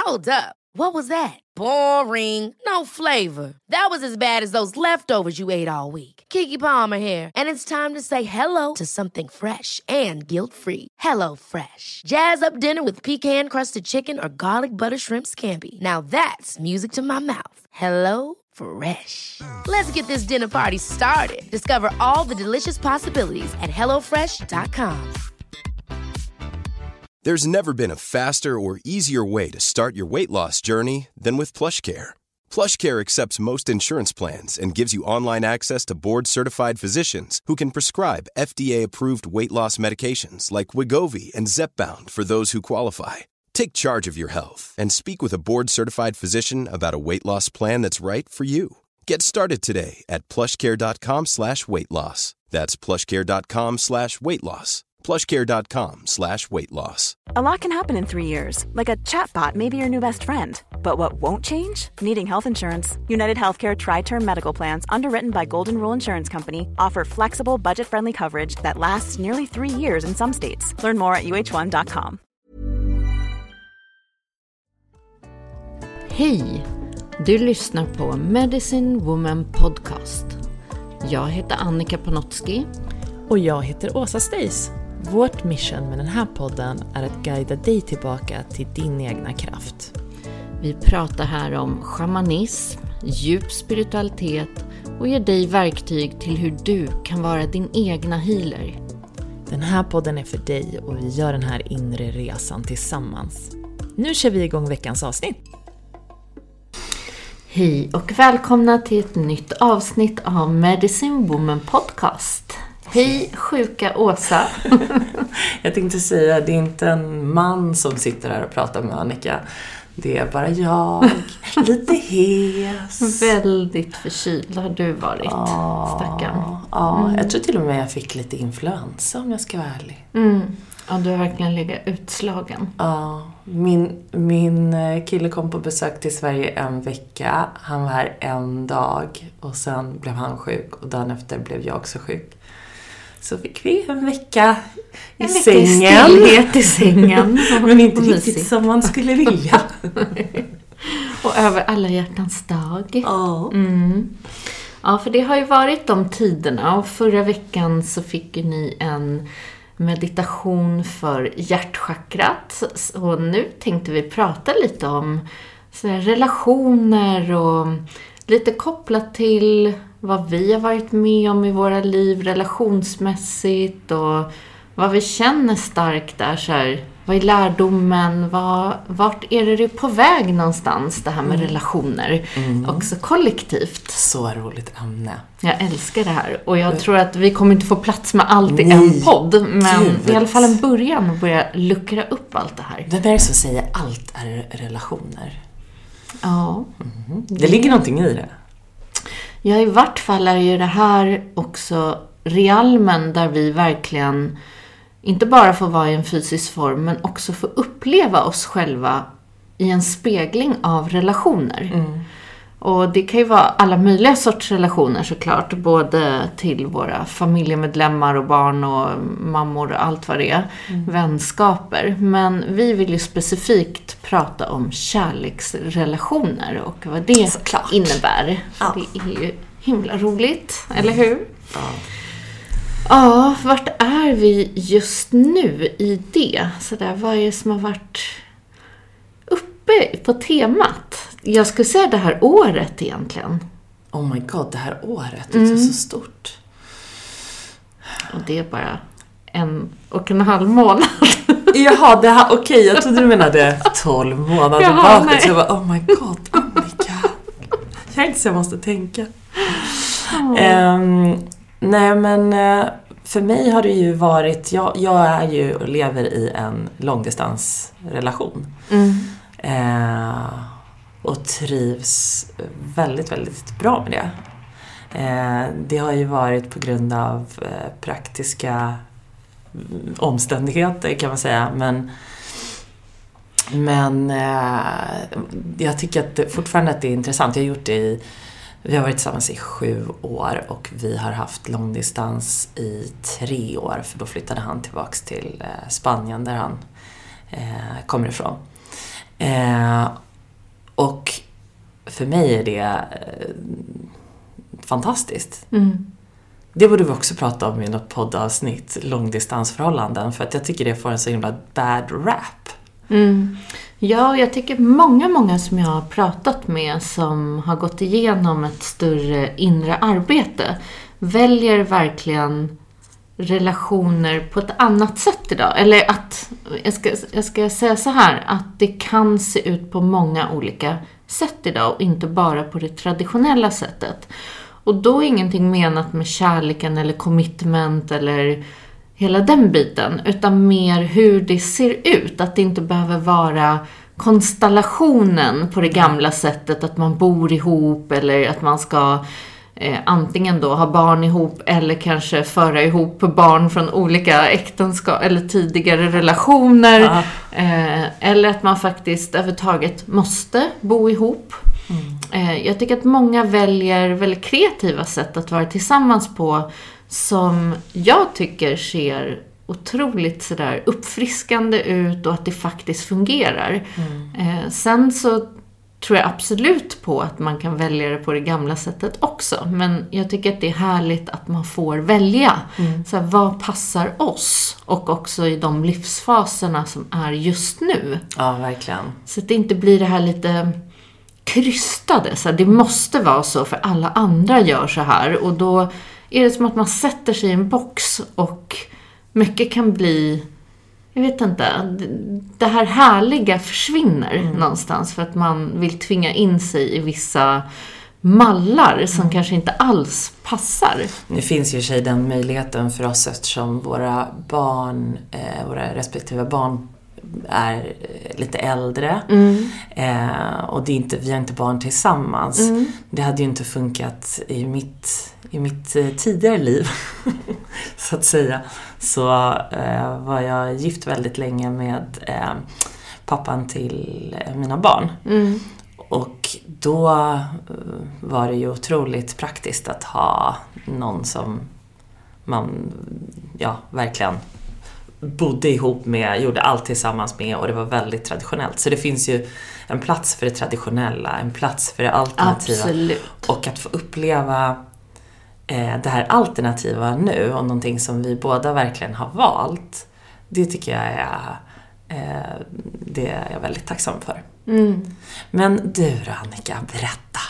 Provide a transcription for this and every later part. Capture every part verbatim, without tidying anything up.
Hold up. What was that? Boring. No flavor. That was as bad as those leftovers you ate all week. Keke Palmer here, and it's time to say hello to something fresh and guilt-free. Hello Fresh. Jazz up dinner with pecan-crusted chicken or garlic butter shrimp scampi. Now that's music to my mouth. Hello Fresh. Let's get this dinner party started. Discover all the delicious possibilities at hello fresh dot com. There's never been a faster or easier way to start your weight loss journey than with PlushCare. PlushCare accepts most insurance plans and gives you online access to board-certified physicians who can prescribe F D A-approved weight loss medications like Wegovy and Zepbound for those who qualify. Take charge of your health and speak with a board-certified physician about a weight loss plan that's right for you. Get started today at plushcare.com slash weight loss. That's plushcare.com slash weight loss. plushcare.com slash weight loss. A lot can happen in three years, like a chatbot may be your new best friend. But what won't change? Needing health insurance. United Healthcare Tri-Term Medical Plans, underwritten by Golden Rule Insurance Company, offer flexible, budget-friendly coverage that lasts nearly three years in some states. Learn more at u h one dot com. Hej! Du lyssnar på Medicine Woman Podcast. Jag heter Annika Panotski. Och jag heter Åsa Stace. Vårt mission med den här podden är att guida dig tillbaka till din egna kraft. Vi pratar här om shamanism, djup spiritualitet och ger dig verktyg till hur du kan vara din egna healer. Den här podden är för dig och vi gör den här inre resan tillsammans. Nu kör vi igång veckans avsnitt. Hej och välkomna till ett nytt avsnitt av Medicine Woman Podcast. Hej sjuka Åsa. Jag tänkte säga, det är inte en man som sitter här och pratar med Annika. Det är bara jag, lite hes. Väldigt förkyld har du varit, ja, stackarn. Ja, mm. jag tror till och med jag fick lite influensa om jag ska vara ärlig. Mm. Ja, du har verkligen legat utslagen. Ja, min, min kille kom på besök till Sverige en vecka. Han var här en dag och sen blev han sjuk och dagen efter blev jag också sjuk. Så fick vi en vecka i en sängen. Vecka i stillhet i sängen. Men inte riktigt som man skulle vilja. Och över alla hjärtans dag. Ja. Mm. Ja, för det har ju varit de tiderna. Och förra veckan så fick ju ni en meditation för hjärtchakrat. Och nu tänkte vi prata lite om så här relationer och lite kopplat till vad vi har varit med om i våra liv relationsmässigt och vad vi känner starkt där så här, vad är lärdomen, vad, vart är det på väg någonstans det här med mm. relationer mm. också kollektivt. Så roligt ämne. Jag älskar det här och jag tror att vi kommer inte få plats med allt i Nej. en podd, men Gud. i alla fall en början att börja luckra upp allt det här. Det där är så att säga, allt är relationer. Ja. Mm. Det ligger någonting i det. Ja, i vart fall är ju det här också realmen där vi verkligen inte bara får vara i en fysisk form men också får uppleva oss själva i en spegling av relationer. Mm. Och det kan ju vara alla möjliga sorts relationer såklart, både till våra familjemedlemmar och barn och mammor och allt vad det är, mm. vänskaper. Men vi vill ju specifikt prata om kärleksrelationer och vad det såklart. innebär. Ja. Det är ju himla roligt, mm. eller hur? Ja. Ja, vart är vi just nu i det? Så där, vad är det som har varit uppe på temat? Jag skulle säga det här året egentligen. Oh my god, det här året är mm. så stort. Och det är bara en och en halv månad. Jaha, det här, okej, okay, jag trodde du menade tolv månader Jaha, bakåt. Så jag bara, oh my god, Annika. Jag är inte så jag måste tänka. Oh. Um, nej, men för mig har det ju varit, jag, jag är ju och lever i en långdistansrelation. Mm. Uh, och trivs väldigt, väldigt bra med det. Eh, det har ju varit på grund av eh, praktiska omständigheter kan man säga. Men, men eh, jag tycker att det, fortfarande att det är intressant. Jag har gjort det i, vi har varit tillsammans i sju år och vi har haft långdistans i tre år. För då flyttade han tillbaka till eh, Spanien där han eh, kommer ifrån. Eh, och för mig är det eh, fantastiskt. Mm. Det borde vi också prata om i något poddavsnitt, långdistansförhållanden, för att jag tycker det får en så himla bad rap. Mm. Ja, jag tycker många, många som jag har pratat med som har gått igenom ett större inre arbete väljer verkligen relationer på ett annat sätt idag. Eller att, jag ska, jag ska säga så här, att det kan se ut på många olika sätt idag och inte bara på det traditionella sättet. Och då är ingenting menat med kärleken eller commitment eller hela den biten, utan mer hur det ser ut. Att det inte behöver vara konstellationen på det gamla sättet, att man bor ihop eller att man ska eh, antingen då ha barn ihop eller kanske föra ihop barn från olika äktenskap eller tidigare relationer. Ja. Eh, eller att man faktiskt överhuvudtaget måste bo ihop. Mm. Eh, jag tycker att många väljer väldigt kreativa sätt att vara tillsammans på, som jag tycker ser otroligt sådär uppfriskande ut och att det faktiskt fungerar. Mm. Eh, sen så tror jag absolut på att man kan välja det på det gamla sättet också. Men jag tycker att det är härligt att man får välja. Mm. Så här, vad passar oss? Och också i de livsfaserna som är just nu. Ja, verkligen. Så att det inte blir det här lite krystade. Så här, det måste vara så för alla andra gör så här. Och då är det som att man sätter sig i en box och mycket kan bli, jag vet inte, det här härliga försvinner mm. någonstans för att man vill tvinga in sig i vissa mallar som mm. kanske inte alls passar. Nu finns ju sig den möjligheten för oss eftersom våra barn, eh, våra respektive barn är lite äldre mm. eh, och det är inte, vi har inte barn tillsammans. Mm. Det hade ju inte funkat i mitt, i mitt eh, tidigare liv så att säga. Så eh, var jag gift väldigt länge med eh, pappan till mina barn. Mm. Och då var det ju otroligt praktiskt att ha någon som man ja, verkligen bodde ihop med, gjorde allt tillsammans med, och det var väldigt traditionellt. Så det finns ju en plats för det traditionella, en plats för det alternativa. Absolut. Och att få uppleva eh, det här alternativa nu och någonting som vi båda verkligen har valt, det tycker jag är eh, det är jag väldigt tacksam för. Mm. Men du då, Annika, berätta.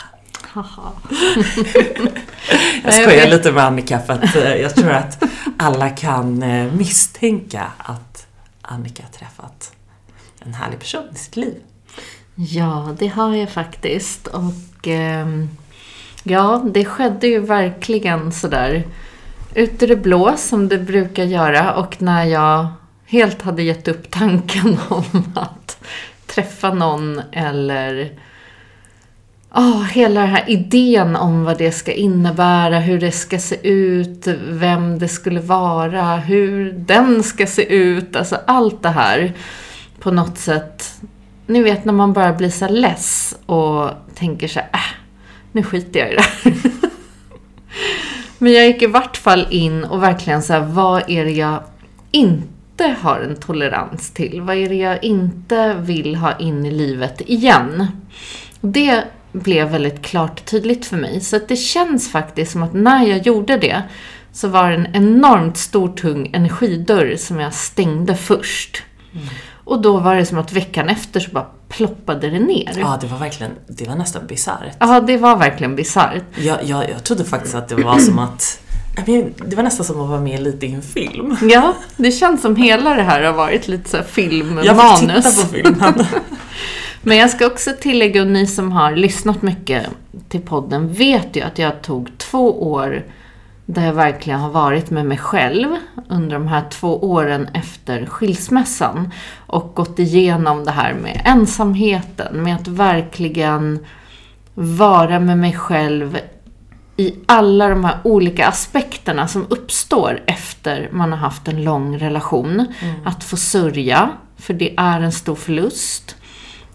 Jag skojar lite med Annika för att jag tror att alla kan misstänka att Annika har träffat en härlig person i sitt liv. Ja, det har jag faktiskt. Och eh, ja, det skedde ju verkligen sådär ut i det blå som det brukar göra. Och när jag helt hade gett upp tanken om att träffa någon eller Oh, hela den här idén om vad det ska innebära, hur det ska se ut, vem det skulle vara, hur den ska se ut, alltså allt det här på något sätt. Ni vet när man bara blir så less och tänker så här, äh, nu skiter jag i det här. Men jag gick i vart fall in och verkligen så här, vad är det jag inte har en tolerans till? Vad är det jag inte vill ha in i livet igen? Det blev väldigt klart tydligt för mig. Så att det känns faktiskt som att när jag gjorde det så var det en enormt stor tung energidörr som jag stängde först. Mm. Och då var det som att veckan efter så bara ploppade det ner. Ja, det var verkligen, det var nästan bizarrt. Ja, det var verkligen bizarrt. Jag, jag, jag trodde faktiskt att det var som att det var nästan som att vara med lite i en film. Ja, det känns som hela det här har varit lite så här filmmanus. Jag får titta på filmen. Men jag ska också tillägga, och ni som har lyssnat mycket till podden vet ju att jag tog två år där jag verkligen har varit med mig själv under de här två åren efter skilsmässan och gått igenom det här med ensamheten, med att verkligen vara med mig själv i alla de här olika aspekterna som uppstår efter man har haft en lång relation. Mm. Att få sörja, för det är en stor förlust.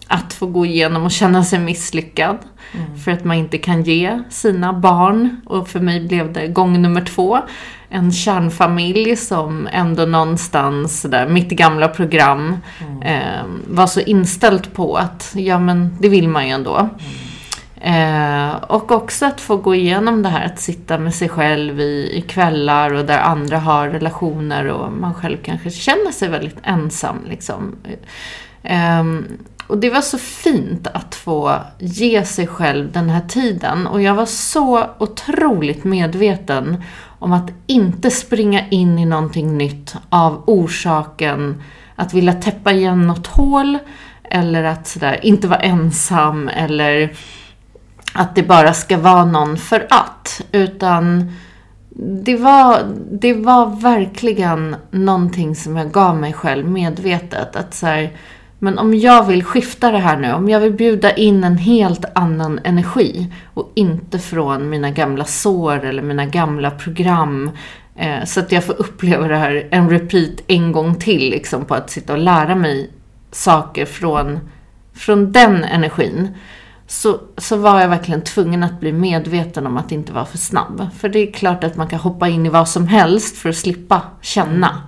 att få gå igenom och känna sig misslyckad. Mm. För att man inte kan ge sina barn. Och för mig blev det gång nummer två. En kärnfamilj som ändå någonstans där, mitt gamla program mm. eh, var så inställt på att ja men det vill man ju ändå. Mm. Eh, och också att få gå igenom det här, att sitta med sig själv i, i kvällar och där andra har relationer och man själv kanske känner sig väldigt ensam liksom. Eh, och det var så fint att få ge sig själv den här tiden, och jag var så otroligt medveten om att inte springa in i någonting nytt av orsaken att vilja täppa igen något hål, eller att sådär, inte vara ensam, eller att det bara ska vara någon för att. Utan det var, det var verkligen någonting som jag gav mig själv medvetet. Att så här, men om jag vill skifta det här nu, om jag vill bjuda in en helt annan energi och inte från mina gamla sår eller mina gamla program, eh, så att jag får uppleva det här en repeat en gång till liksom, på att sitta och lära mig saker från, från den energin, så, så var jag verkligen tvungen att bli medveten om att inte vara för snabb. För det är klart att man kan hoppa in i vad som helst för att slippa känna.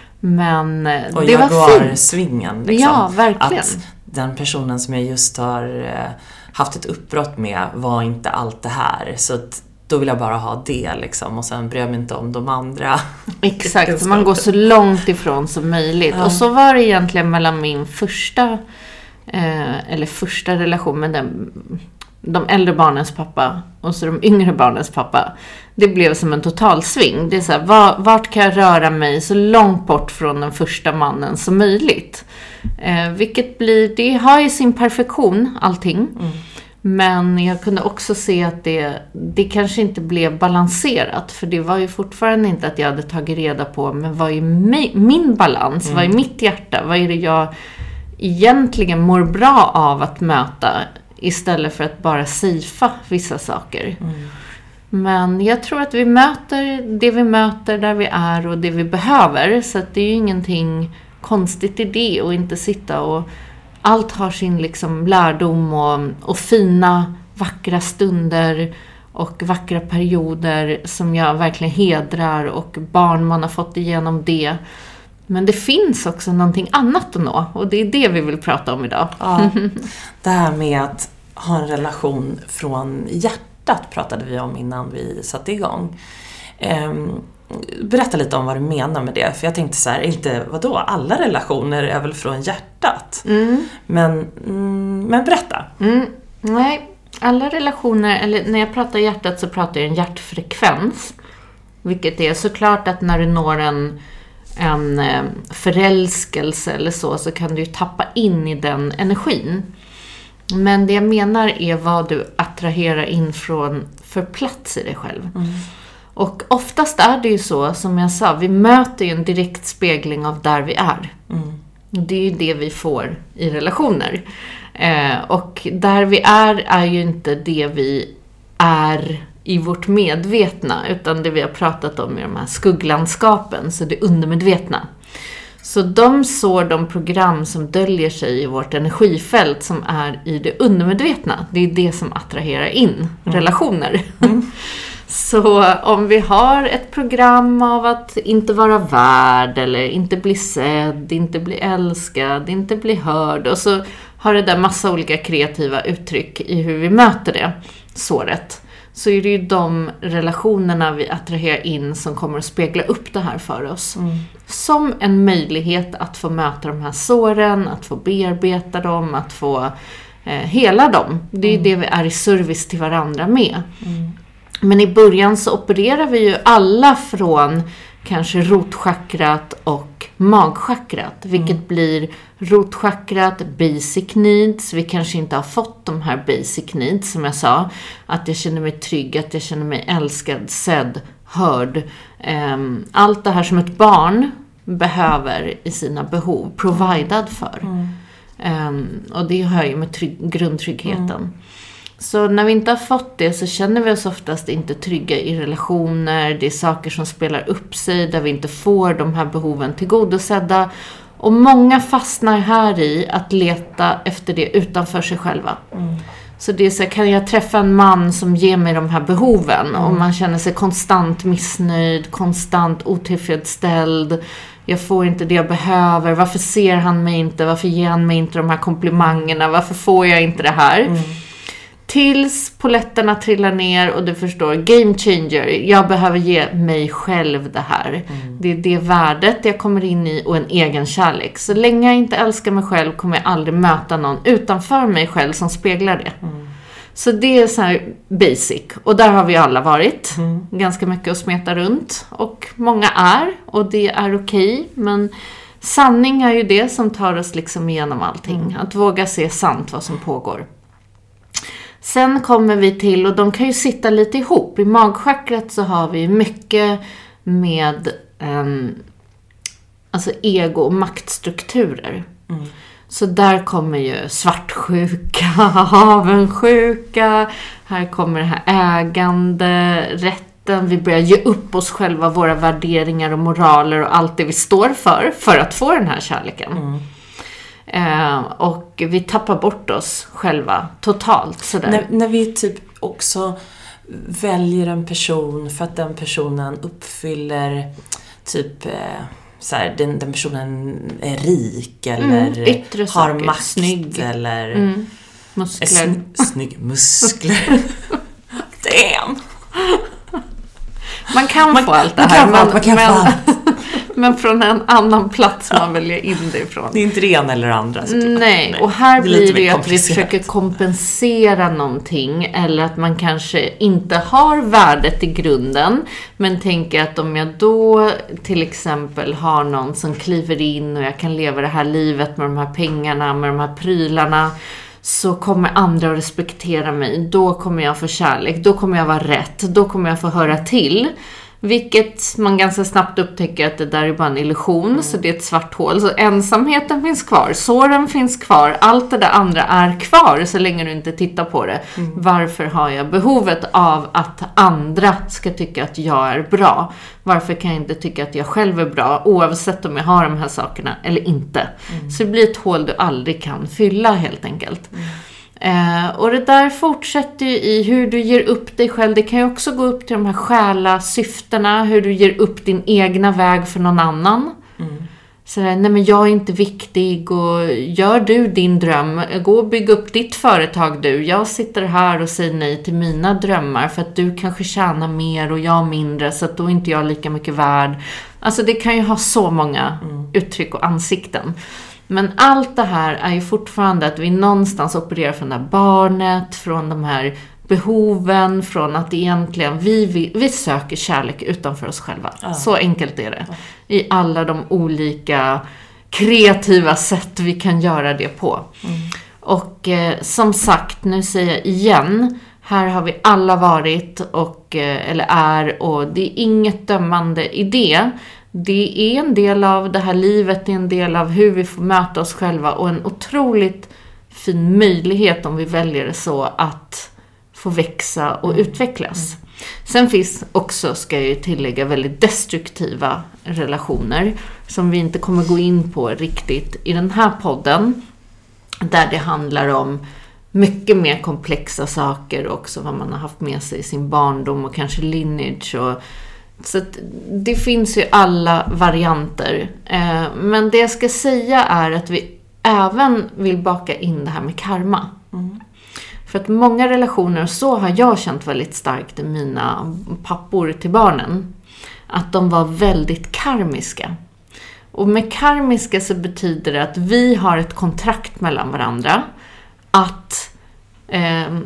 Men och det var fint. Svingen liksom. Ja, verkligen. Att den personen som jag just har eh, haft ett uppbrott med var inte allt det här. Så att då vill jag bara ha det liksom. Och sen bryr jag mig inte om de andra. Exakt, man går så långt ifrån som möjligt. Ja. Och så var det egentligen mellan min första eh, eller första relation med den, de äldre barnens pappa och så de yngre barnens pappa. Det blev som en totalsving. Det är så här, var, vart kan jag röra mig så långt bort från den första mannen som möjligt? Eh, vilket blir, det har ju sin perfektion, allting. Mm. Men jag kunde också se att det, det kanske inte blev balanserat. För det var ju fortfarande inte att jag hade tagit reda på, men vad är mi, min balans? Mm. Vad är mitt hjärta? Vad är det jag egentligen mår bra av att möta? Istället för att bara sifa vissa saker. Mm. Men jag tror att vi möter det vi möter där vi är och det vi behöver. Så att det är ju ingenting konstigt i det. Och inte sitta och... Allt har sin liksom lärdom och, och fina, vackra stunder och vackra perioder som jag verkligen hedrar. Och barn man har fått igenom det. Men det finns också någonting annat att nå. Och det är det vi vill prata om idag. Ja, det här med att ha en relation från hjärtat pratade vi om innan vi satte igång. Ehm, berätta lite om vad du menar med det. För jag tänkte så här, inte, vadå, alla relationer är väl från hjärtat? Mm. Men, mm, men berätta. Mm. Nej, alla relationer, eller när jag pratar hjärtat så pratar jag en hjärtfrekvens. Vilket är såklart att när du når en, en förälskelse eller så, så kan du ju tappa in i den energin. Men det jag menar är vad du attraherar in från för plats i dig själv. Mm. Och oftast är det ju så, som jag sa, vi möter ju en direkt spegling av där vi är. Mm. Det är ju det vi får i relationer. Eh, och där vi är är ju inte det vi är i vårt medvetna, utan det vi har pratat om i de här skugglandskapen, så det undermedvetna. Så de sår de program som döljer sig i vårt energifält som är i det undermedvetna. Det är det som attraherar in mm. relationer. Mm. Så om vi har ett program av att inte vara värd eller inte bli sedd, inte bli älskad, inte bli hörd, och så har det där massa olika kreativa uttryck i hur vi möter det såret, så är det ju de relationerna vi attraherar in som kommer att spegla upp det här för oss. Mm. Som en möjlighet att få möta de här såren, att få bearbeta dem, att få eh, hela dem. Det är ju mm. det vi är i service till varandra med. Mm. Men i början så opererar vi ju alla från kanske rotchakrat och magchakrat. Vilket mm. blir rotchakrat, basic needs. Vi kanske inte har fått de här basic needs som jag sa. Att jag känner mig trygg, att jag känner mig älskad, sedd, hörd. Um, allt det här som ett barn behöver i sina behov, provided för. Mm. Um, och det hör ju med trygg, grundtryggheten. Mm. Så när vi inte har fått det så känner vi oss oftast inte trygga i relationer. Det är saker som spelar upp sig där vi inte får de här behoven tillgodosedda. Och många fastnar här i att leta efter det utanför sig själva. Mm. Så det är så här, kan jag träffa en man som ger mig de här behoven? Mm. Och man känner sig konstant missnöjd, konstant otillfredsställd. Jag får inte det jag behöver. Varför ser han mig inte? Varför ger han mig inte de här komplimangerna? Varför får jag inte det här? Mm. Tills poletterna trillar ner och du förstår, game changer. Jag behöver ge mig själv det här. Mm. Det är det värdet jag kommer in i och en egen kärlek. Så länge jag inte älskar mig själv kommer jag aldrig möta någon utanför mig själv som speglar det. Mm. Så det är så här basic. Och där har vi alla varit. Mm. Ganska mycket att smeta runt. Och många är. Och det är okej. Men sanning är ju det som tar oss liksom igenom allting. Mm. Att våga se sant vad som pågår. Sen kommer vi till, och de kan ju sitta lite ihop. I magchakrat så har vi mycket med um, alltså ego och maktstrukturer. Mm. Så där kommer ju svartsjuka, avundsjuka. Här kommer det här ägande, rätten. Vi börjar ge upp oss själva, våra värderingar och moraler och allt det vi står för. För att få den här kärleken. Mm. Eh, och vi tappar bort oss själva totalt sådär. När, när vi typ också väljer en person för att den personen uppfyller typ eh, så här, den, den personen är rik eller mm, har makt snygg. Eller mm, muskler. Sn- snygg muskler. Damn. Man kan man, få allt det man här. Kan men, man kan men, få allt. Men från en annan plats man väljer in det ifrån. Det är inte det ena eller andra. Nej. Nej, och här det blir det att vi försöker kompensera någonting. Eller att man kanske inte har värdet i grunden. Men tänker att om jag då till exempel har någon som kliver in och jag kan leva det här livet med de här pengarna, med de här prylarna, så kommer andra att respektera mig. Då kommer jag få kärlek. Då kommer jag vara rätt. Då kommer jag få höra till. Vilket man ganska snabbt upptäcker att det där är bara en illusion. Mm. Så det är ett svart hål. Så ensamheten finns kvar. Såren finns kvar. Allt det där andra är kvar så länge du inte tittar på det. Mm. Varför har jag behovet av att andra ska tycka att jag är bra? Varför kan jag inte tycka att jag själv är bra oavsett om jag har de här sakerna eller inte? Mm. Så det blir ett hål du aldrig kan fylla helt enkelt. Mm. Eh, och det där fortsätter ju i hur du ger upp dig själv. Det kan ju också gå upp till de här själa syftena. Hur du ger upp din egna väg för någon annan. Mm. Så där, nej men jag är inte viktig. Och gör du din dröm. Gå och bygga upp ditt företag du. Jag sitter här och säger nej till mina drömmar. För att du kanske tjänar mer och jag mindre. Så att då är inte jag lika mycket värd. Alltså det kan ju ha så många mm. uttryck och ansikten. Men allt det här är ju fortfarande att vi någonstans opererar från det här barnet, från de här behoven, från att egentligen vi, vi, vi söker kärlek utanför oss själva. Ja. Så enkelt är det. Ja. I alla de olika kreativa sätt vi kan göra det på. Mm. Och eh, som sagt, nu säger jag igen, här har vi alla varit och, eh, eller är, och det är inget dömande i det. Det är en del av det här livet, det är en del av hur vi får möta oss själva och en otroligt fin möjlighet om vi väljer det så att få växa och mm. utvecklas. Mm. Sen finns också, ska jag ju tillägga, väldigt destruktiva relationer som vi inte kommer gå in på riktigt i den här podden, där det handlar om mycket mer komplexa saker också, vad man har haft med sig i sin barndom och kanske lineage och så att det finns ju alla varianter. Eh, men det jag ska säga är att vi även vill baka in det här med karma. Mm. För att många relationer, så har jag känt väldigt starkt i mina pappor till barnen, att de var väldigt karmiska. Och med karmiska så betyder det att vi har ett kontrakt mellan varandra att eh,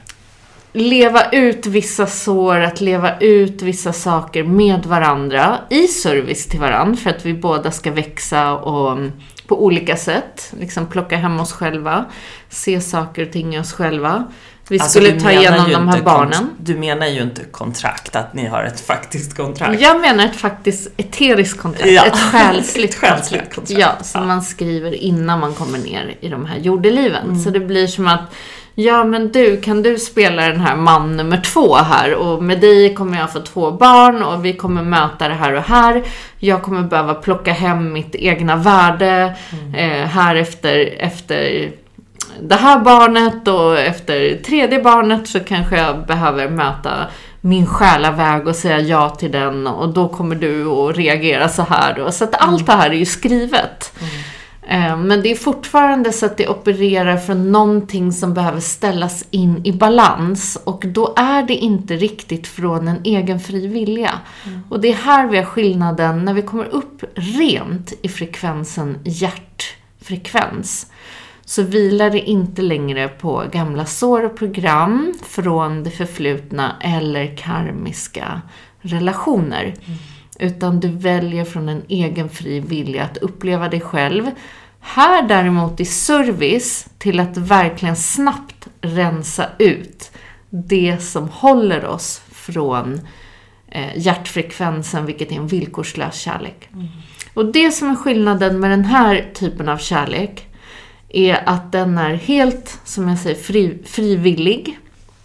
leva ut vissa sår, att leva ut vissa saker med varandra i service till varandra för att vi båda ska växa och på olika sätt liksom plocka hem oss själva, se saker och ting i oss själva. Vi alltså, skulle ta igenom de här barnen. Kont- du menar ju inte kontrakt, att ni har ett faktiskt kontrakt. Jag menar ett faktiskt eteriskt kontrakt, ja. ett själsligt kontrakt. kontrakt. Ja, som ja. man skriver innan man kommer ner i de här jordeliven. Mm. Så det blir som att ja men du, kan du spela den här man nummer två här, och med dig kommer jag få två barn och vi kommer möta det här och här. Jag kommer behöva plocka hem mitt egna värde mm. eh, här efter, efter det här barnet, och efter tredje barnet så kanske jag behöver möta min själaväg och säga ja till den, och då kommer du att reagera så här då. Så att allt mm. det här är ju skrivet. Mm. Men det är fortfarande så att det opererar från någonting som behöver ställas in i balans. Och då är det inte riktigt från en egen fri vilja. Mm. Och det är här vi har skillnaden när vi kommer upp rent i frekvensen hjärtfrekvens. Så vilar det inte längre på gamla sår och program från det förflutna eller karmiska relationer. Mm. Utan du väljer från en egen fri vilja att uppleva dig själv. Här däremot i service till att verkligen snabbt rensa ut det som håller oss från eh, hjärtfrekvensen, vilket är en villkorslös kärlek. Mm. Och det som är skillnaden med den här typen av kärlek är att den är helt, som jag säger, fri, frivillig.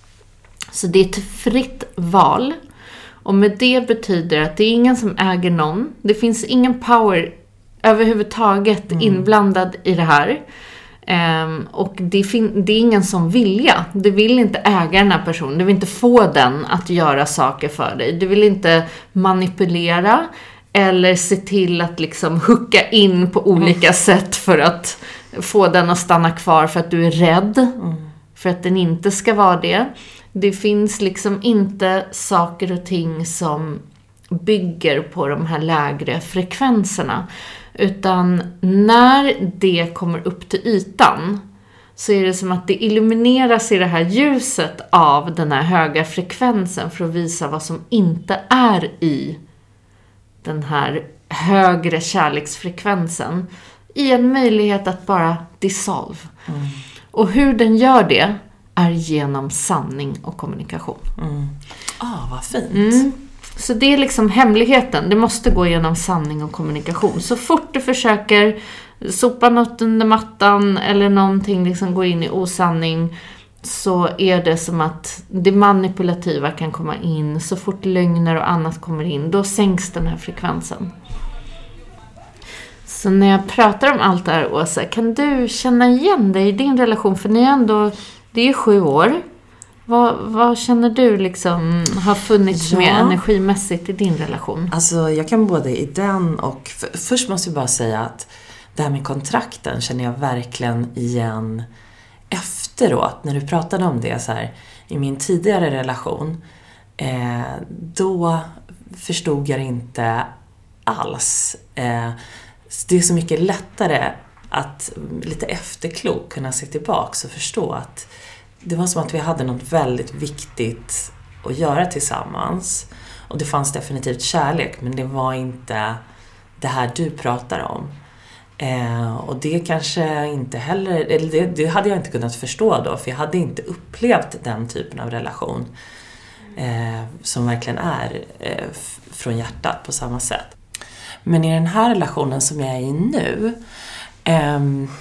Så det är ett fritt val. Och med det betyder att det är ingen som äger någon. Det finns ingen power överhuvudtaget mm. inblandad i det här. Um, och det, fin- det är ingen som vilja. Du vill inte äga den här personen. Du vill inte få den att göra saker för dig. Du vill inte manipulera eller se till att liksom hooka in på olika mm. sätt för att få den att stanna kvar för att du är rädd. Mm. För att den inte ska vara det. Det finns liksom inte saker och ting som bygger på de här lägre frekvenserna. Utan när det kommer upp till ytan så är det som att det illumineras i det här ljuset av den här höga frekvensen för att visa vad som inte är i den här högre kärleksfrekvensen. I en möjlighet att bara dissolve. Mm. Och hur den gör det är genom sanning och kommunikation. Mm. Ah, vad fint. Mm. Så det är liksom hemligheten. Det måste gå genom sanning och kommunikation. Så fort du försöker sopa något under mattan eller någonting liksom gå in i osanning, så är det som att det manipulativa kan komma in. Så fort lögner och annat kommer in, då sänks den här frekvensen. Så när jag pratar om allt det här, Åsa, kan du känna igen dig i din relation? För ni är ändå, det är ju sju år. Vad, vad känner du liksom har funnits ja. med energimässigt i din relation? Alltså jag kan både i den och... För, först måste jag bara säga att det här med kontrakten känner jag verkligen igen efteråt. När du pratade om det så här i min tidigare relation. Eh, då förstod jag inte alls. Eh, det är så mycket lättare att lite efterklok kunna se tillbaka och förstå att det var som att vi hade något väldigt viktigt att göra tillsammans. Och det fanns definitivt kärlek, men det var inte det här du pratar om. Eh, och det kanske inte heller, eller det, det hade jag inte kunnat förstå då, för jag hade inte upplevt den typen av relation eh, som verkligen är eh, f- från hjärtat på samma sätt. Men i den här relationen som jag är i nu eh,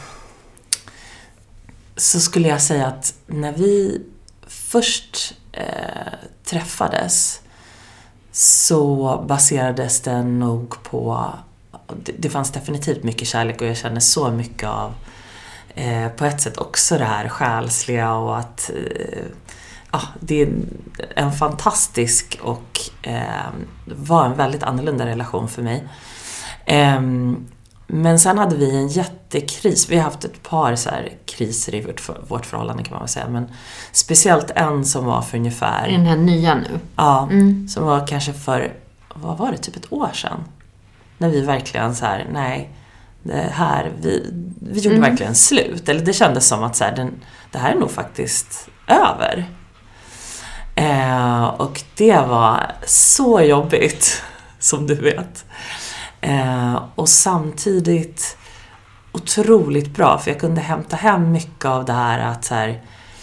så skulle jag säga att när vi först eh, träffades så baserades det nog på, det, det fanns definitivt mycket kärlek och jag känner så mycket av eh, på ett sätt också det här själsliga och att eh, ja, det är en fantastisk och eh, var en väldigt annorlunda relation för mig. Eh, Men sen hade vi en jättekris. Vi har haft ett par så här kriser i vårt, vårt förhållande kan man väl säga. Men speciellt en som var för ungefär... Den här nya nu. Ja, mm. som var kanske för, vad var det, typ ett år sedan. När vi verkligen så här, nej, det här, vi, vi gjorde mm. verkligen slut. Eller det kändes som att så här, den, det här är nog faktiskt över. Eh, och det var så jobbigt, som du vet. Eh, och samtidigt otroligt bra, för jag kunde hämta hem mycket av det här att så här,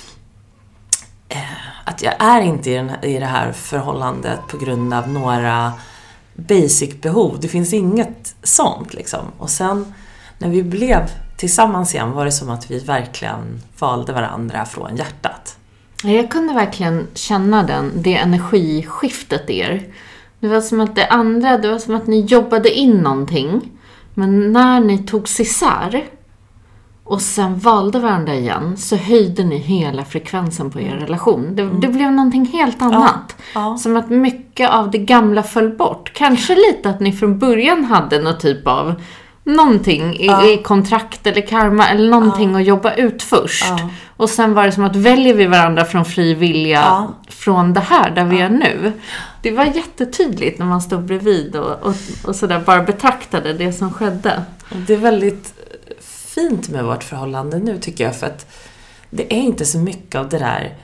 eh, att jag är inte i, den, i det här förhållandet på grund av några basic behov. Det finns inget sånt liksom. Och sen när vi blev tillsammans igen var det som att vi verkligen valde varandra från hjärtat. Jag kunde verkligen känna den, det energiskiftet i er. Det var som att det andra, det var som att ni jobbade in någonting. Men när ni tog isär och sen valde varandra igen, så höjde ni hela frekvensen på er relation. Det, mm. det blev någonting helt annat. Ja, ja. Som att mycket av det gamla föll bort. Kanske lite att ni från början hade någon typ av någonting i, ja. i kontrakt eller karma eller någonting ja. att jobba ut först. Ja. Och sen var det som att väljer vi varandra från fri vilja ja. från det här där vi ja. är nu. Det var jättetydligt när man stod bredvid och, och, och sådär bara betraktade det som skedde. Det är väldigt fint med vårt förhållande nu, tycker jag, för att det är inte så mycket av det där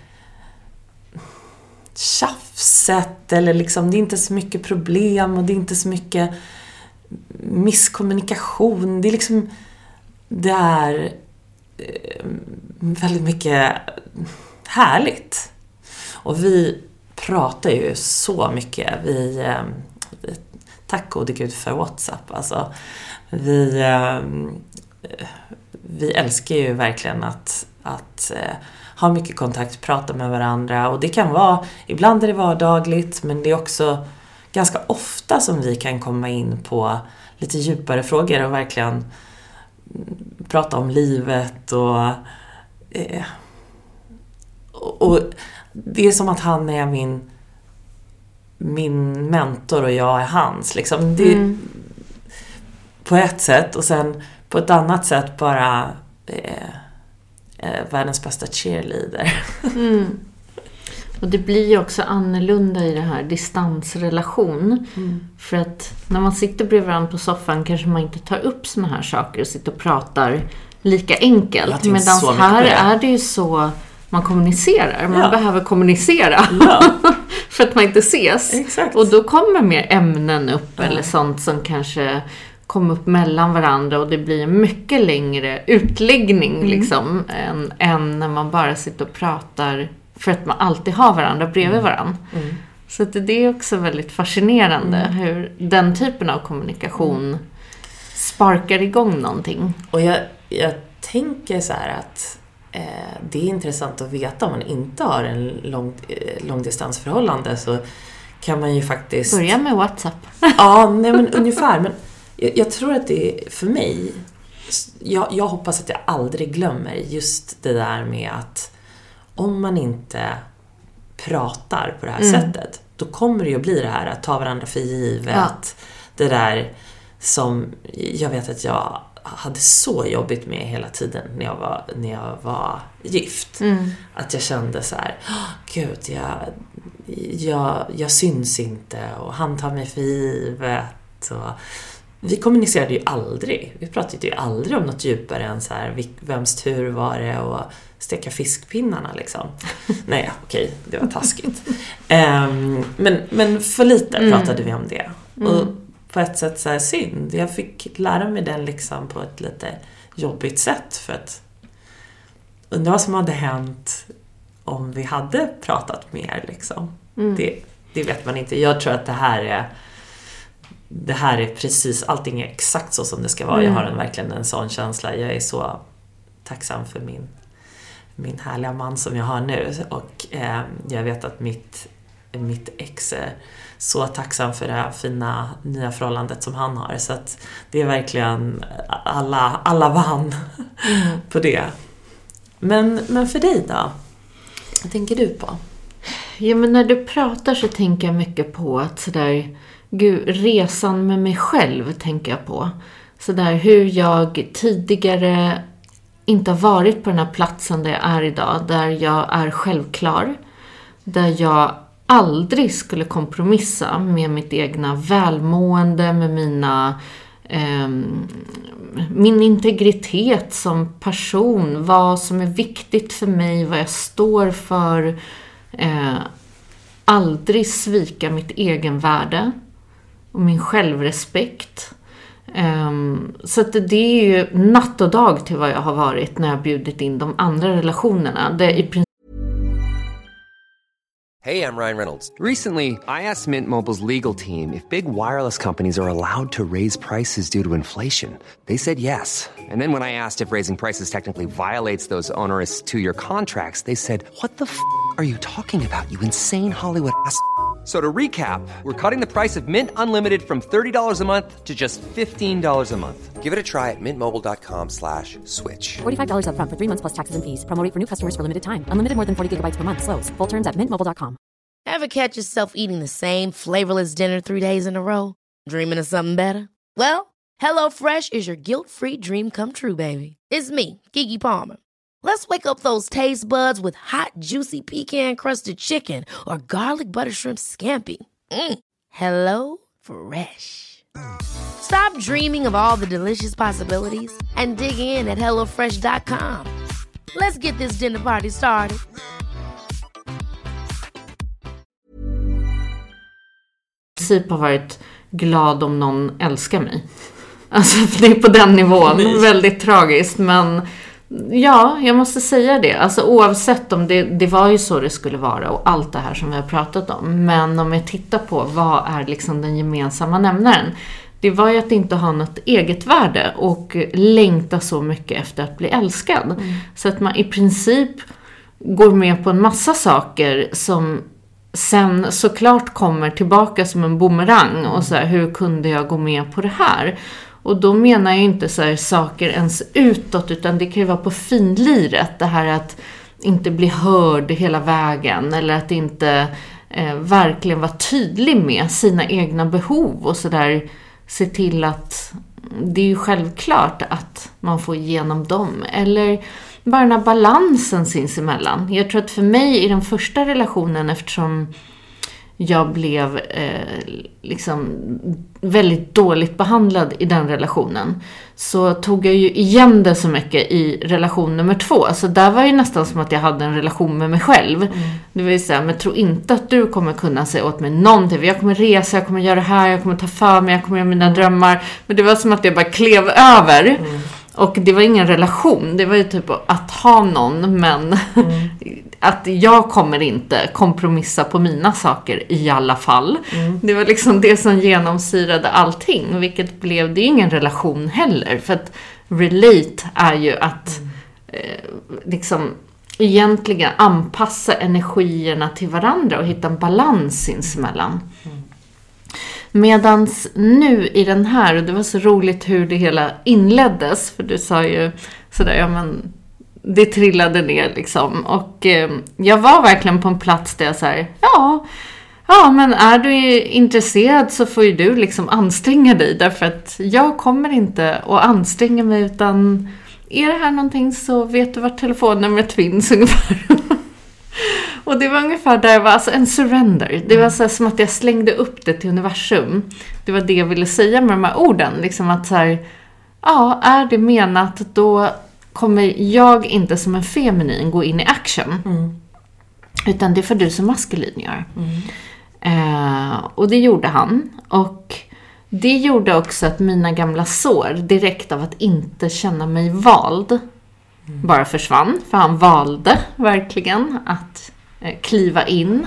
tjafset eller liksom, det är inte så mycket problem och det är inte så mycket misskommunikation. Det är liksom, det är väldigt mycket härligt. Och vi pratar ju så mycket. Vi, tack gode Gud för WhatsApp. Alltså, vi, vi älskar ju verkligen att, att ha mycket kontakt, prata med varandra. Och det kan vara, ibland är det vardagligt, men det är också ganska ofta som vi kan komma in på lite djupare frågor och verkligen prata om livet. Och, eh, och det är som att han är min, min mentor och jag är hans. Liksom. Det, mm. På ett sätt, och sen på ett annat sätt bara eh, eh, världens bästa cheerleader. Mm. Och det blir ju också annorlunda i det här distansrelation. Mm. För att när man sitter bredvid varandra på soffan kanske man inte tar upp såna här saker och sitter och pratar lika enkelt. Medan här det. är det ju så man kommunicerar. Man ja. behöver kommunicera. Ja. För att man inte ses. Exakt. Och då kommer mer ämnen upp ja. eller sånt som kanske kommer upp mellan varandra. Och det blir en mycket längre utläggning mm. liksom, än, än när man bara sitter och pratar. För att man alltid har varandra bredvid varandra. Mm. Så att det är också väldigt fascinerande mm. hur den typen av kommunikation mm. sparkar igång någonting. Och jag, jag tänker så här att eh, det är intressant att veta om man inte har en lång, eh, långdistansförhållande, så kan man ju faktiskt... Börja med WhatsApp. Ja, nej, men ungefär. Men jag, jag tror att det är för mig... Jag, jag hoppas att jag aldrig glömmer just det där med att om man inte pratar på det här mm. sättet, då kommer det ju att bli det här att ta varandra för givet. Ja. Det där som jag vet att jag hade så jobbigt med hela tiden när jag var, när jag var gift. Mm. Att jag kände så här, oh, gud, jag, jag, jag syns inte och han tar mig för givet. Och vi kommunicerade ju aldrig. Vi pratade ju aldrig om något djupare än så här, vems tur var det och steka fiskpinnarna liksom. Nej, okej, det var taskigt. um, men, men för lite pratade mm. vi om det. Mm. Och på ett sätt så här synd. Jag fick lära mig den liksom på ett lite jobbigt sätt, för att undra vad som hade hänt om vi hade pratat mer liksom. Mm. Det, det vet man inte. Jag tror att det här är det här är precis, allting är exakt så som det ska vara. Mm. Jag har en, verkligen en sån känsla. Jag är så tacksam för min min härliga man som jag har nu, och eh, jag vet att mitt, mitt ex är så tacksam för det här fina nya förhållandet som han har, så att det är verkligen alla, alla vann mm. på det. Men, men för dig då? Vad tänker du på? Ja, men när du pratar så tänker jag mycket på att sådär, gud, resan med mig själv tänker jag på. Sådär hur jag tidigare inte har varit på den här platsen där jag är idag, där jag är självklar, där jag aldrig skulle kompromissa med mitt egna välmående, med mina eh, min integritet som person, vad som är viktigt för mig, vad jag står för, eh, aldrig svika mitt egen värde och min självrespekt. Um, så att det är ju natt och dag till vad jag har varit när jag bjudit in de andra relationerna. Det är i princip... Hey, I'm Ryan Reynolds. Recently, I asked Mint Mobile's legal team if big wireless companies are allowed to raise prices due to inflation. They said yes. And then when I asked if raising prices technically violates those onerous two-year contracts, they said, what the f*** are you talking about, you insane Hollywood ass f- So to recap, we're cutting the price of Mint Unlimited from thirty dollars a month to just fifteen dollars a month. Give it a try at mintmobile.com slash switch. forty-five dollars up front for three months plus taxes and fees. Promo rate for new customers for limited time. Unlimited more than forty gigabytes per month. Slows full terms at mint mobile dot com. Ever catch yourself eating the same flavorless dinner three days in a row? Dreaming of something better? Well, HelloFresh is your guilt-free dream come true, baby. It's me, Keke Palmer. Let's wake up those taste buds with hot, juicy pecan-crusted chicken or garlic butter shrimp scampi. Mm. Hello Fresh. Stop dreaming of all the delicious possibilities and dig in at hello fresh dot com. Let's get this dinner party started. Typ har varit glad om någon älskar mig. Alltså det är på den nivån. Nej. Väldigt tragiskt, men ja, jag måste säga det. Alltså oavsett om det, det var ju så det skulle vara och allt det här som vi har pratat om. Men om jag tittar på vad är liksom den gemensamma nämnaren. Det var ju att inte ha något eget värde och längta så mycket efter att bli älskad. Mm. Så att man i princip går med på en massa saker som sen såklart kommer tillbaka som en boomerang. Och så här, hur kunde jag gå med på det här? Och då menar jag inte så här saker ens utåt, utan det kan ju vara på finliret. Det här att inte bli hörd hela vägen, eller att inte eh, verkligen vara tydlig med sina egna behov och så där. Se till att det är ju självklart att man får igenom dem. Eller bara den här balansen sinsemellan. Jag tror att för mig i den första relationen, eftersom jag blev eh, liksom väldigt dåligt behandlad i den relationen, så tog jag ju igen det så mycket i relation nummer två. Så där var ju nästan som att jag hade en relation med mig själv. Mm. Det vill säga, men tro inte att du kommer kunna säga åt mig någonting. Jag kommer resa, jag kommer göra det här, jag kommer ta för mig, jag kommer göra mina mm. drömmar. Men det var som att jag bara klev över. Mm. Och det var ingen relation. Det var ju typ att ha någon, men mm. att jag kommer inte kompromissa på mina saker i alla fall. Mm. Det var liksom det som genomsyrade allting. Vilket blev, det är ingen relation heller. För att relate är ju att mm. eh, liksom egentligen anpassa energierna till varandra och hitta en balans sinsemellan. Mm. Medans nu i den här, och det var så roligt hur det hela inleddes, för du sa ju sådär, ja men det trillade ner liksom, och eh, jag var verkligen på en plats där jag såhär, ja, ja men är du intresserad så får ju du liksom anstränga dig, därför att jag kommer inte att anstränga mig, utan är det här någonting så vet du vart telefonnumret finns ungefär. Och det var ungefär där jag var, alltså en surrender. Det var så här, som att jag slängde upp det till universum. Det var det jag ville säga med de här orden. Liksom att så här, ja, är det menat, då kommer jag inte som en feminin gå in i action. Mm. Utan det får du som maskulin gör. Mm. Eh, och det gjorde han. Och det gjorde också att mina gamla sår, direkt av att inte känna mig vald, mm. bara försvann. För han valde verkligen att kliva in.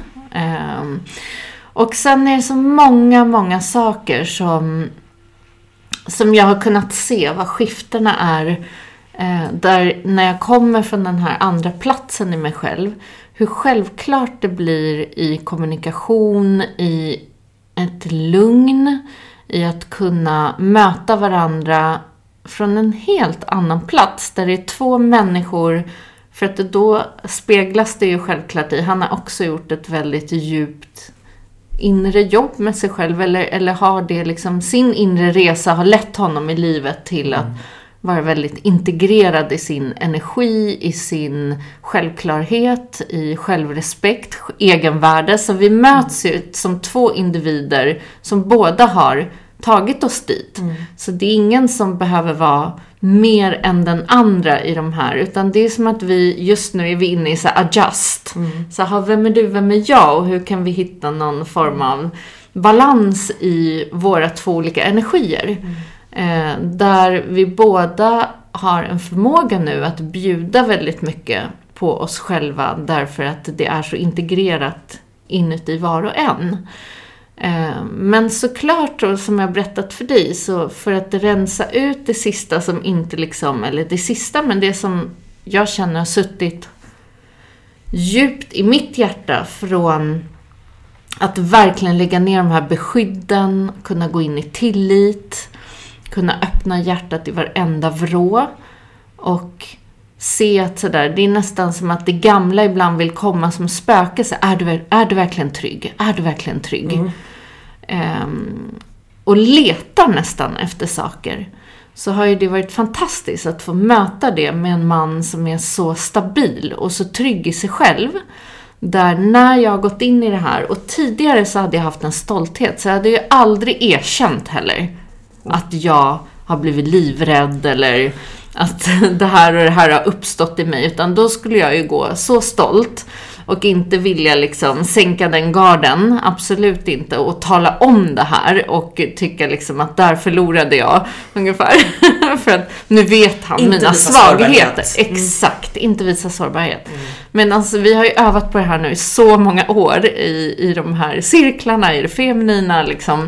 Och sen är det så många, många saker som, som jag har kunnat se vad skiftena är. Där när jag kommer från den här andra platsen i mig själv, hur självklart det blir i kommunikation, i ett lugn, i att kunna möta varandra från en helt annan plats, där det är två människor. För att då speglas det ju självklart i. Han har också gjort ett väldigt djupt inre jobb med sig själv. Eller, eller har det liksom, sin inre resa har lett honom i livet till att vara väldigt integrerad i sin energi, i sin självklarhet, i självrespekt, egenvärde. Så vi möts ju som två individer som båda har tagit oss dit. Mm. Så det är ingen som behöver vara mer än den andra i de här, utan det är som att vi just nu är vi inne i så här adjust. Mm. Så här, vem är du, vem är jag, och hur kan vi hitta någon form av balans i våra två olika energier. Mm. Eh, där vi båda har en förmåga nu att bjuda väldigt mycket på oss själva, därför att det är så integrerat inuti var och en. Men såklart då, som jag berättat för dig, så för att rensa ut det sista som inte liksom, eller det sista, men det som jag känner har suttit djupt i mitt hjärta, från att verkligen lägga ner de här beskydden, kunna gå in i tillit, kunna öppna hjärtat i varenda vrå och se att sådär, det är nästan som att det gamla ibland vill komma som spökelse. Är du, är du verkligen trygg? Är du verkligen trygg? Mm. Um, och letar nästan efter saker. Så har ju det varit fantastiskt att få möta det med en man som är så stabil och så trygg i sig själv. Där när jag har gått in i det här, och tidigare så hade jag haft en stolthet, så jag hade ju aldrig erkänt heller att jag har blivit livrädd eller att det här och det här har uppstått i mig, utan då skulle jag ju gå så stolt och inte vilja liksom sänka den garden, absolut inte, och tala om det här och tycka liksom att där förlorade jag ungefär. För att nu vet han inte mina svagheter. Mm. Exakt, inte visa sårbarhet. Mm. Men alltså vi har ju övat på det här nu i så många år i, i de här cirklarna, i det feminina liksom.